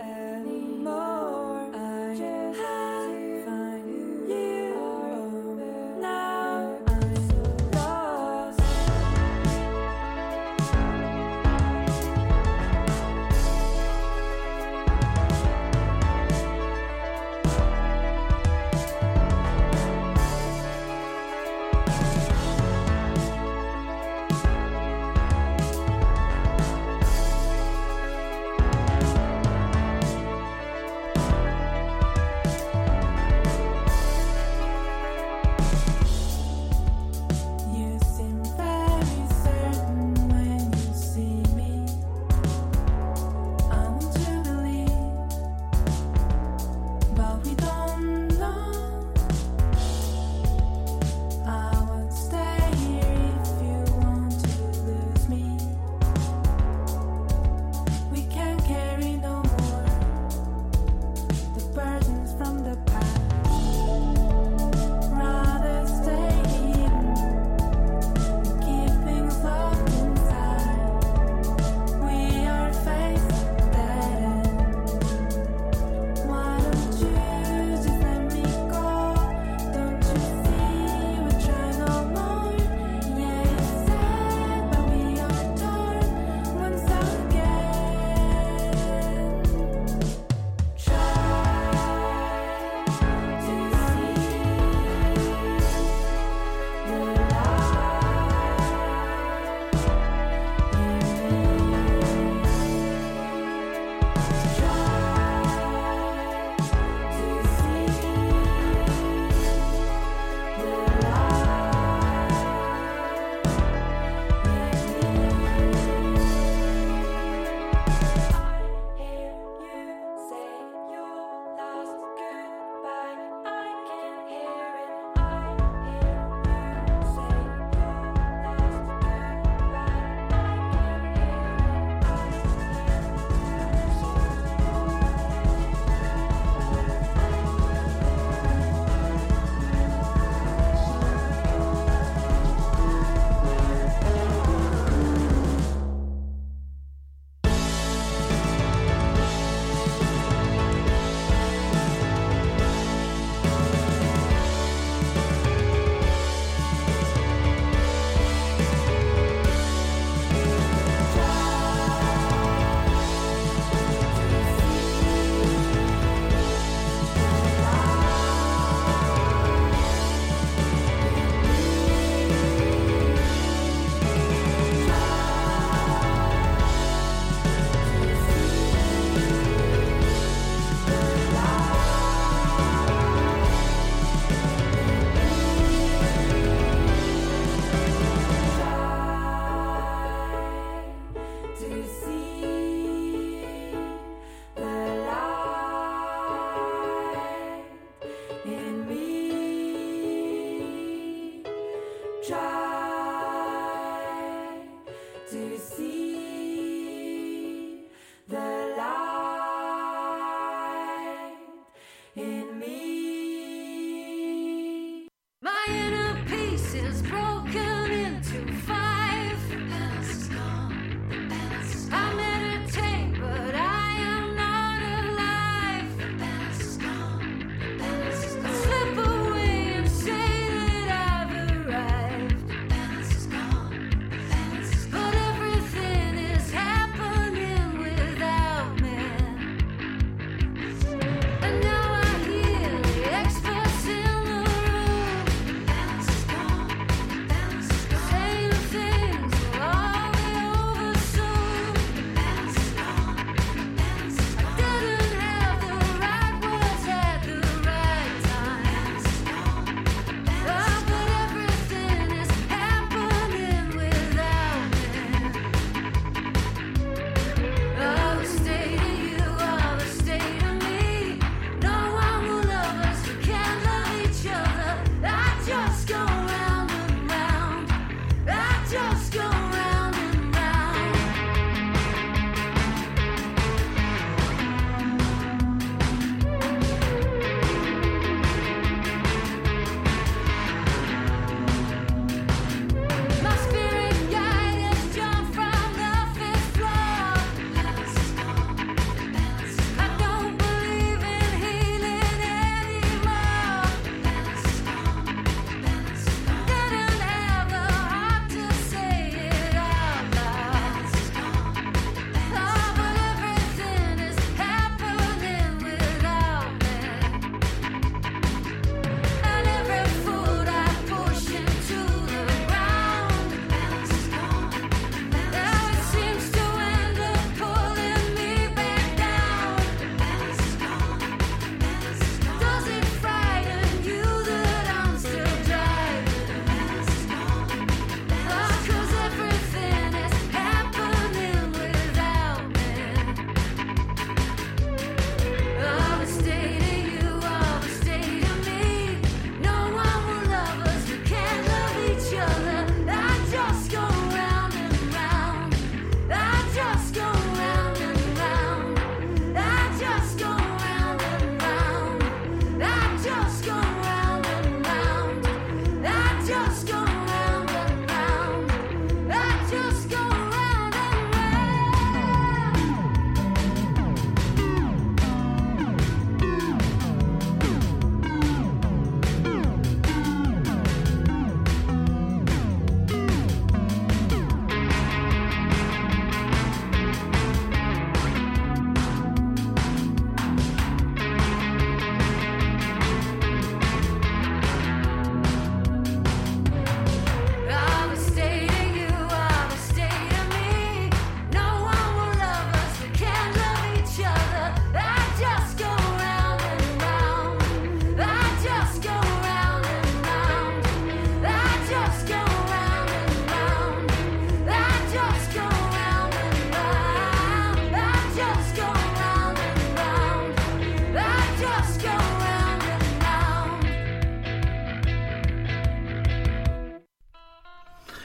anymore. I just have found you, oh now I'm lost.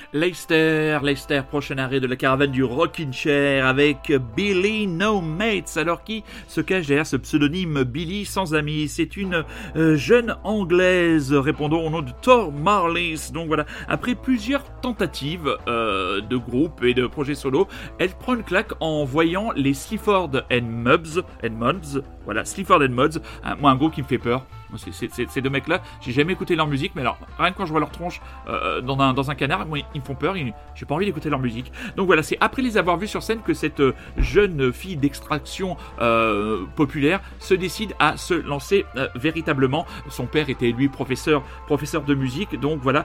Leicester, prochain arrêt de la caravane du Rockin' Chair avec Billy No Mates. Alors qui se cache derrière ce pseudonyme Billy sans amis? C'est une jeune anglaise répondant au nom de Thor Marlis. Donc voilà, après plusieurs tentatives de groupe et de projets solo, elle prend une claque en voyant les Sleaford and Mods. Voilà, Sleaford and Mods, moi un groupe qui me fait peur. Ces deux mecs-là, j'ai jamais écouté leur musique, mais alors rien que quand je vois leur tronche dans un canard, moi, ils me font peur, j'ai pas envie d'écouter leur musique. Donc voilà, c'est après les avoir vus sur scène que cette jeune fille d'extraction populaire se décide à se lancer véritablement. Son père était lui professeur de musique, donc voilà,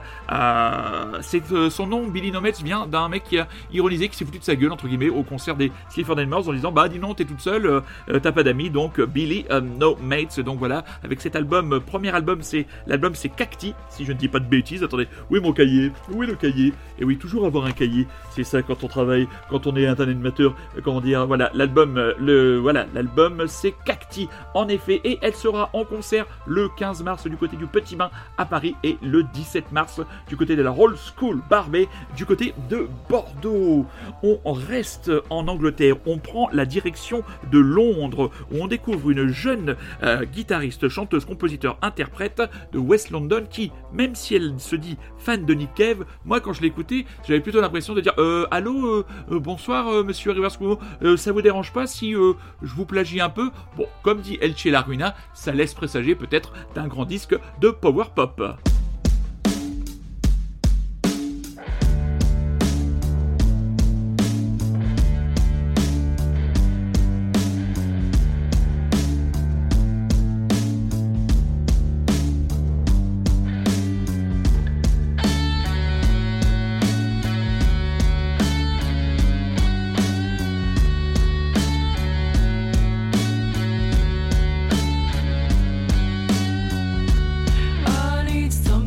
son nom Billy No Mates vient d'un mec qui a ironisé, qui s'est foutu de sa gueule entre guillemets au concert des Sleaford and Mods en disant bah dis non t'es toute seule, t'as pas d'amis, donc Billy No Mates. Donc voilà, avec cet album, premier album, c'est Cacti, si je ne dis pas de bêtises. Attendez, où est mon cahier? Où est le cahier? Et oui, toujours avoir un cahier, c'est ça quand on travaille, quand on est un animateur, comment dire, voilà, l'album c'est Cacti, en effet, et elle sera en concert le 15 mars du côté du Petit Bain à Paris et le 17 mars du côté de la Roll School Barbet du côté de Bordeaux. On reste en Angleterre, on prend la direction de Londres où on découvre une jeune guitariste, chanteuse, compositeur, interprète de West London qui, même si elle se dit fan de Nick Cave, moi quand je l'écoutais, j'avais plutôt l'impression de dire allô, bonsoir monsieur Rivers Cuomo, ça vous dérange pas si je vous plagie un peu? Bon, comme dit Elche La Ruina, ça laisse présager peut-être d'un grand disque de power pop. I need some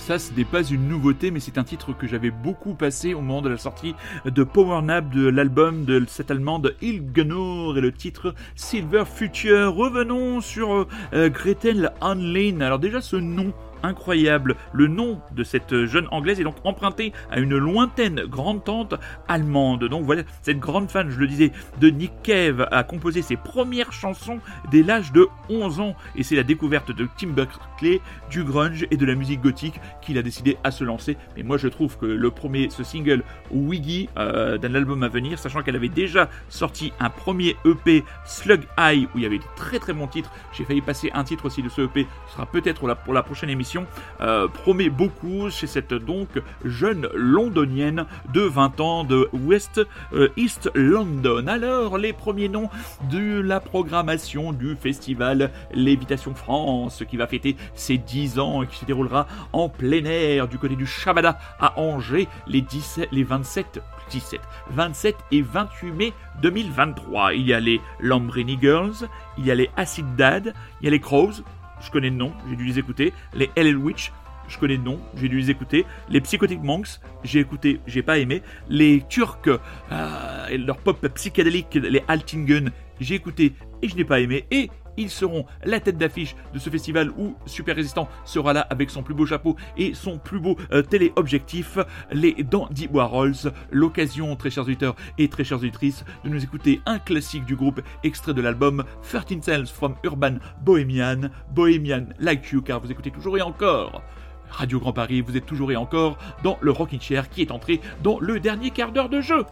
ça, ce n'est pas une nouveauté, mais c'est un titre que j'avais beaucoup passé au moment de la sortie de Power Nap, de l'album de cette allemande Ilgenor, et le titre Silver Future. Revenons sur Gretel Hanlin. Alors déjà, ce nom incroyable, le nom de cette jeune anglaise est donc emprunté à une lointaine grande-tante allemande. Donc voilà, cette grande fan, je le disais, de Nick Cave a composé ses premières chansons dès l'âge de 11 ans, et c'est la découverte de Tim Buckley, du grunge et de la musique gothique qu'il a décidé à se lancer. Mais moi je trouve que ce single Wiggy d'un album à venir, sachant qu'elle avait déjà sorti un premier EP Slug Eye où il y avait des très très bons titres, j'ai failli passer un titre aussi de ce EP, ce sera peut-être pour la prochaine émission, promet beaucoup chez cette donc jeune londonienne de 20 ans de East London. Alors, les premiers noms de la programmation du festival Lévitation France, qui va fêter ses 10 ans et qui se déroulera en plein air du côté du Shabada à Angers les 27 et 28 mai 2023. Il y a les Lambrini Girls, il y a les Acid Dad, il y a les Crows, je connais le nom, j'ai dû les écouter. Les LL Witch, je connais le nom, j'ai dû les écouter. Les Psychotic Monks, j'ai écouté, j'ai pas aimé. Les Turcs, et leur pop psychédélique, les Altingen, j'ai écouté et je n'ai pas aimé. Et ils seront la tête d'affiche de ce festival où Super Résistant sera là avec son plus beau chapeau et son plus beau téléobjectif, les Dandy Warhols. L'occasion, très chers auditeurs et très chères auditrices, de nous écouter un classique du groupe extrait de l'album 13 Tales from Urban Bohemian, Bohemian Like You, car vous écoutez toujours et encore Radio Grand Paris, vous êtes toujours et encore dans le Rockin' Chair qui est entré dans le dernier quart d'heure de jeu.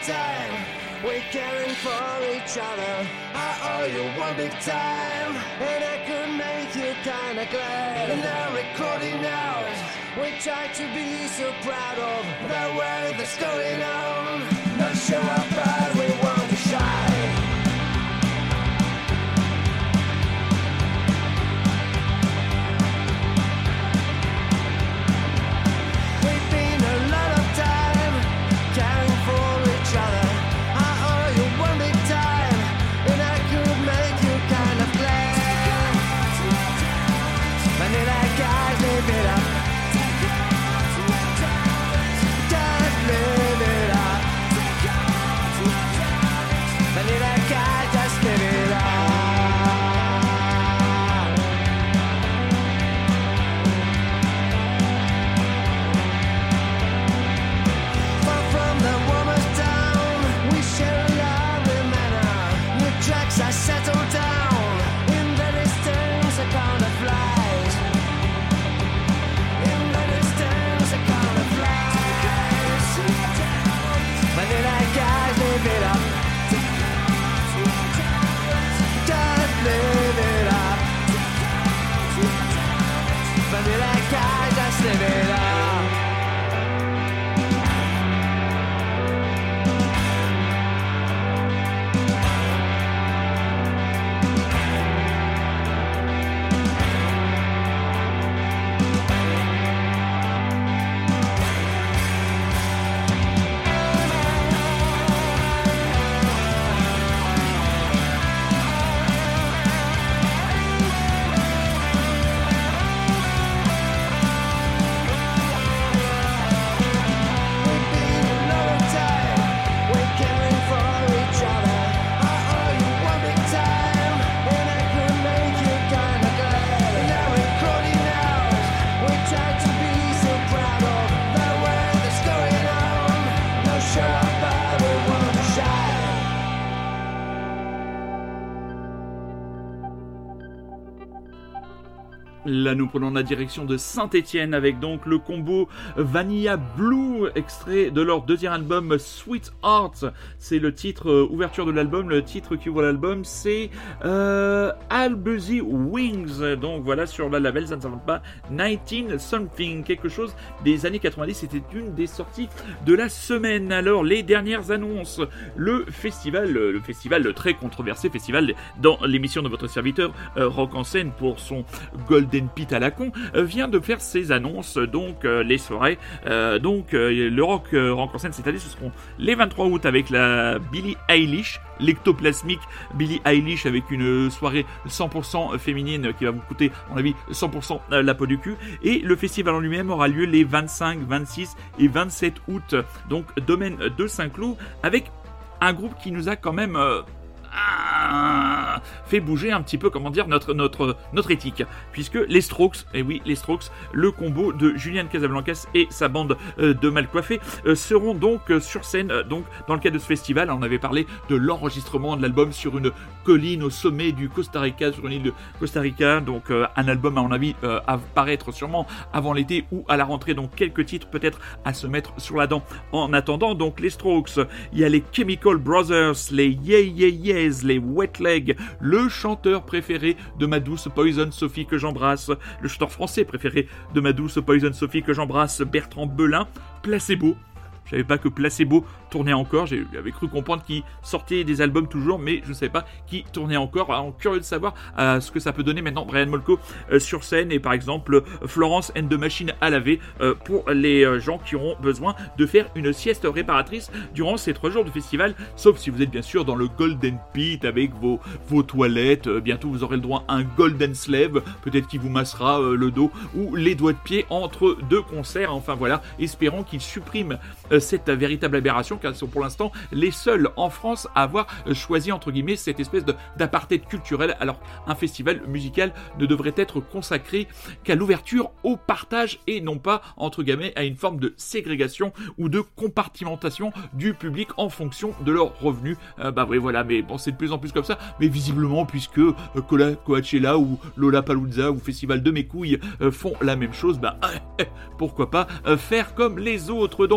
time. We're caring for each other. I owe you one big time, and I could make you kinda glad. And now recording out, we try to be so proud of the way that's going on. Not sure how bad we want to shine. We've been a lot of time caring for each other. I owe you one big time, and I could make you kind of glad. Vanilla guys, live it up. Just live it up. Vanilla guys, just live it up. Far from the warmest town, we share a lovely manner. New tracks are settled down. In the distance, a count of flies. In the distance, a count of flies. Vanilla guys, live it up. Just live it up. Vanilla guys, just live it up. We've been a lot of time, we're caring for each other. I owe you one big time, and I could make you kinda glad. And now recording out, we try to be so proud of the way that's going on. No sure, but we want to shine. Là, nous prenons la direction de Saint-Étienne avec donc le combo Vanilla Blue, extrait de leur deuxième album Sweet Hearts. C'est le titre ouverture de l'album. Le titre qui ouvre l'album, c'est Albuzzy Wings. Donc voilà, sur le label, ça ne s'invente pas, 19 something, quelque chose des années 90. C'était une des sorties de la semaine. Alors, les dernières annonces. Le festival très controversé, festival dans l'émission de votre serviteur Rock en scène pour son Golden Pit à la con, vient de faire ses annonces. Donc les soirées, le rock en scène cette année, ce seront les 23 août avec la Billie Eilish, l'ectoplasmique Billie Eilish, avec une soirée 100% féminine qui va vous coûter, à mon avis, 100% la peau du cul. Et le festival en lui-même aura lieu les 25, 26 et 27 août. Donc domaine de Saint-Cloud, avec un groupe qui nous a quand même fait bouger un petit peu, comment dire, notre éthique, puisque les Strokes, et oui, les Strokes, le combo de Julian Casablancas et sa bande de mal coiffés, seront donc sur scène, donc dans le cadre de ce festival. On avait parlé de l'enregistrement de l'album sur une colline au sommet du Costa Rica, sur une île de Costa Rica, donc un album à mon avis à paraître sûrement avant l'été ou à la rentrée, donc quelques titres peut-être à se mettre sur la dent. En attendant, donc les Strokes, il y a les Chemical Brothers, les Yeah Yeah Yeahs, les Wet Leg, le chanteur préféré de ma douce Poison Sophie que j'embrasse, le chanteur français préféré de ma douce Poison Sophie que j'embrasse, Bertrand Belin, Placebo. Je savais pas que Placebo tournait encore. J'avais cru comprendre qu'il sortait des albums toujours, mais je ne savais pas qu'il tournait encore. Alors, curieux de savoir ce que ça peut donner maintenant Brian Molko sur scène, et par exemple Florence and the Machine à laver pour les gens qui auront besoin de faire une sieste réparatrice durant ces 3 jours de festival, sauf si vous êtes bien sûr dans le Golden Pit avec vos toilettes. Bientôt vous aurez le droit à un Golden Slave, peut-être qui vous massera le dos ou les doigts de pied entre 2 concerts. Enfin voilà, espérons qu'il supprime cette véritable aberration, car ils sont pour l'instant les seuls en France à avoir choisi entre guillemets cette espèce d'apartheid culturel, alors qu'un festival musical ne devrait être consacré qu'à l'ouverture, au partage, et non pas entre guillemets à une forme de ségrégation ou de compartimentation du public en fonction de leurs revenus. Oui voilà, mais bon, c'est de plus en plus comme ça, mais visiblement puisque Coachella ou Lollapalooza ou Festival de mes couilles font la même chose, pourquoi pas faire comme les autres. Donc vous écoutez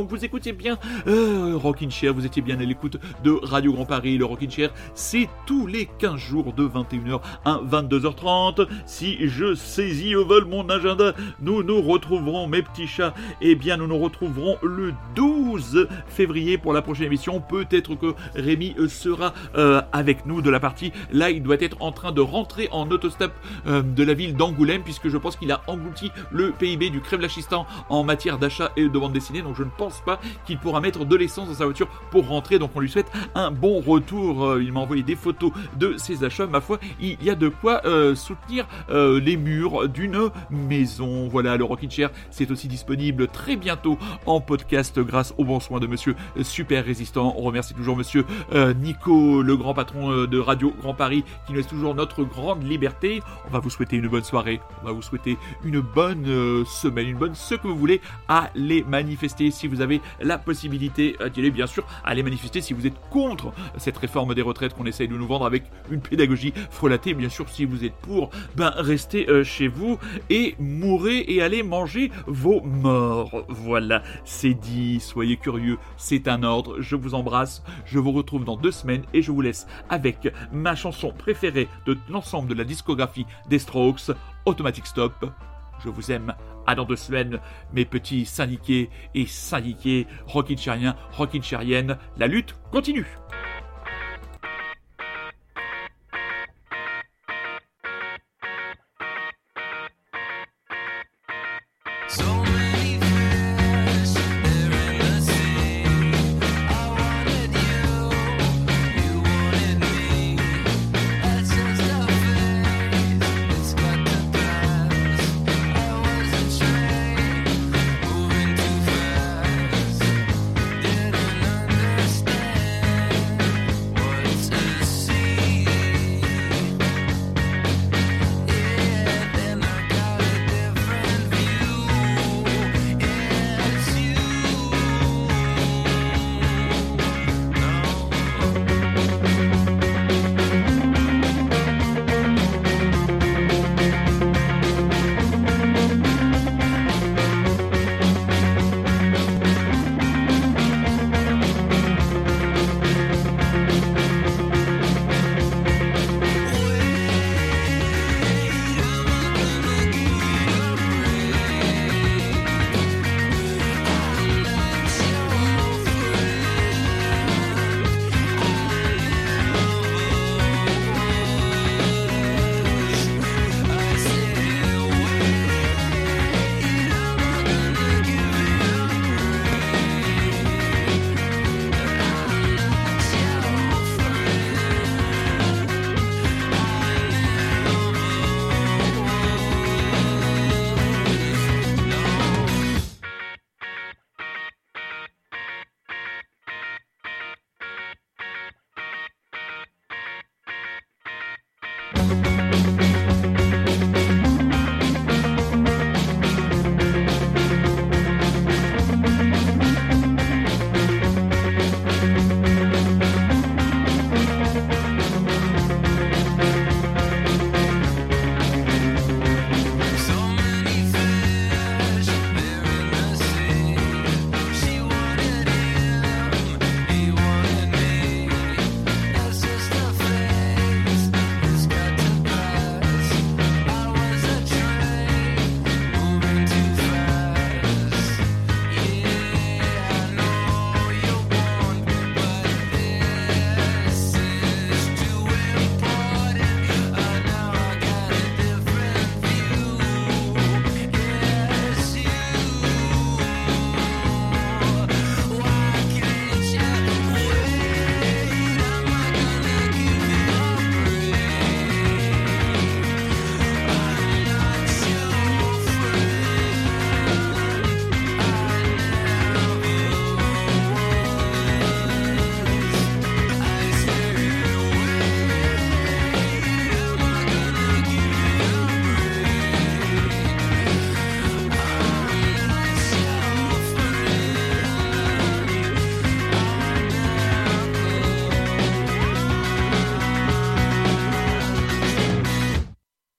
étiez bien Rockin' Chair, vous étiez bien à l'écoute de Radio Grand Paris. Le Rockin' Chair, c'est tous les 15 jours de 21h à 22h30. Si je saisis au vol mon agenda, nous nous retrouverons, mes petits chats, eh bien nous nous retrouverons le 12 février pour la prochaine émission. Peut-être que Rémi sera avec nous de la partie. Là, il doit être en train de rentrer en autostop de la ville d'Angoulême, puisque je pense qu'il a englouti le PIB du Crève-Lachistan en matière d'achat et de bande dessinée, donc je ne pense pas qu'il pourra mettre de l'essence dans sa voiture pour rentrer, donc on lui souhaite un bon retour. Il m'a envoyé des photos de ses achats, ma foi, il y a de quoi soutenir les murs d'une maison. Voilà, le Rockin' Chair, c'est aussi disponible très bientôt en podcast grâce au bon soin de monsieur Super Résistant. On remercie toujours monsieur Nico, le grand patron de Radio Grand Paris, qui nous laisse toujours notre grande liberté. On va vous souhaiter une bonne soirée, on va vous souhaiter une bonne semaine, une bonne ce que vous voulez. Allez manifester si vous avez la possibilité d'y aller, bien sûr. Allez manifester si vous êtes contre cette réforme des retraites qu'on essaye de nous vendre avec une pédagogie frelatée. Bien sûr, si vous êtes pour, restez chez vous et mourrez et allez manger vos morts. Voilà, c'est dit, soyez curieux, c'est un ordre. Je vous embrasse, je vous retrouve dans 2 semaines et je vous laisse avec ma chanson préférée de l'ensemble de la discographie des Strokes, Automatic Stop. Je vous aime. À dans 2 semaines, mes petits syndiqués et syndiqués, Rockin' Chairiens, Rockin' Chairiennes. La lutte continue.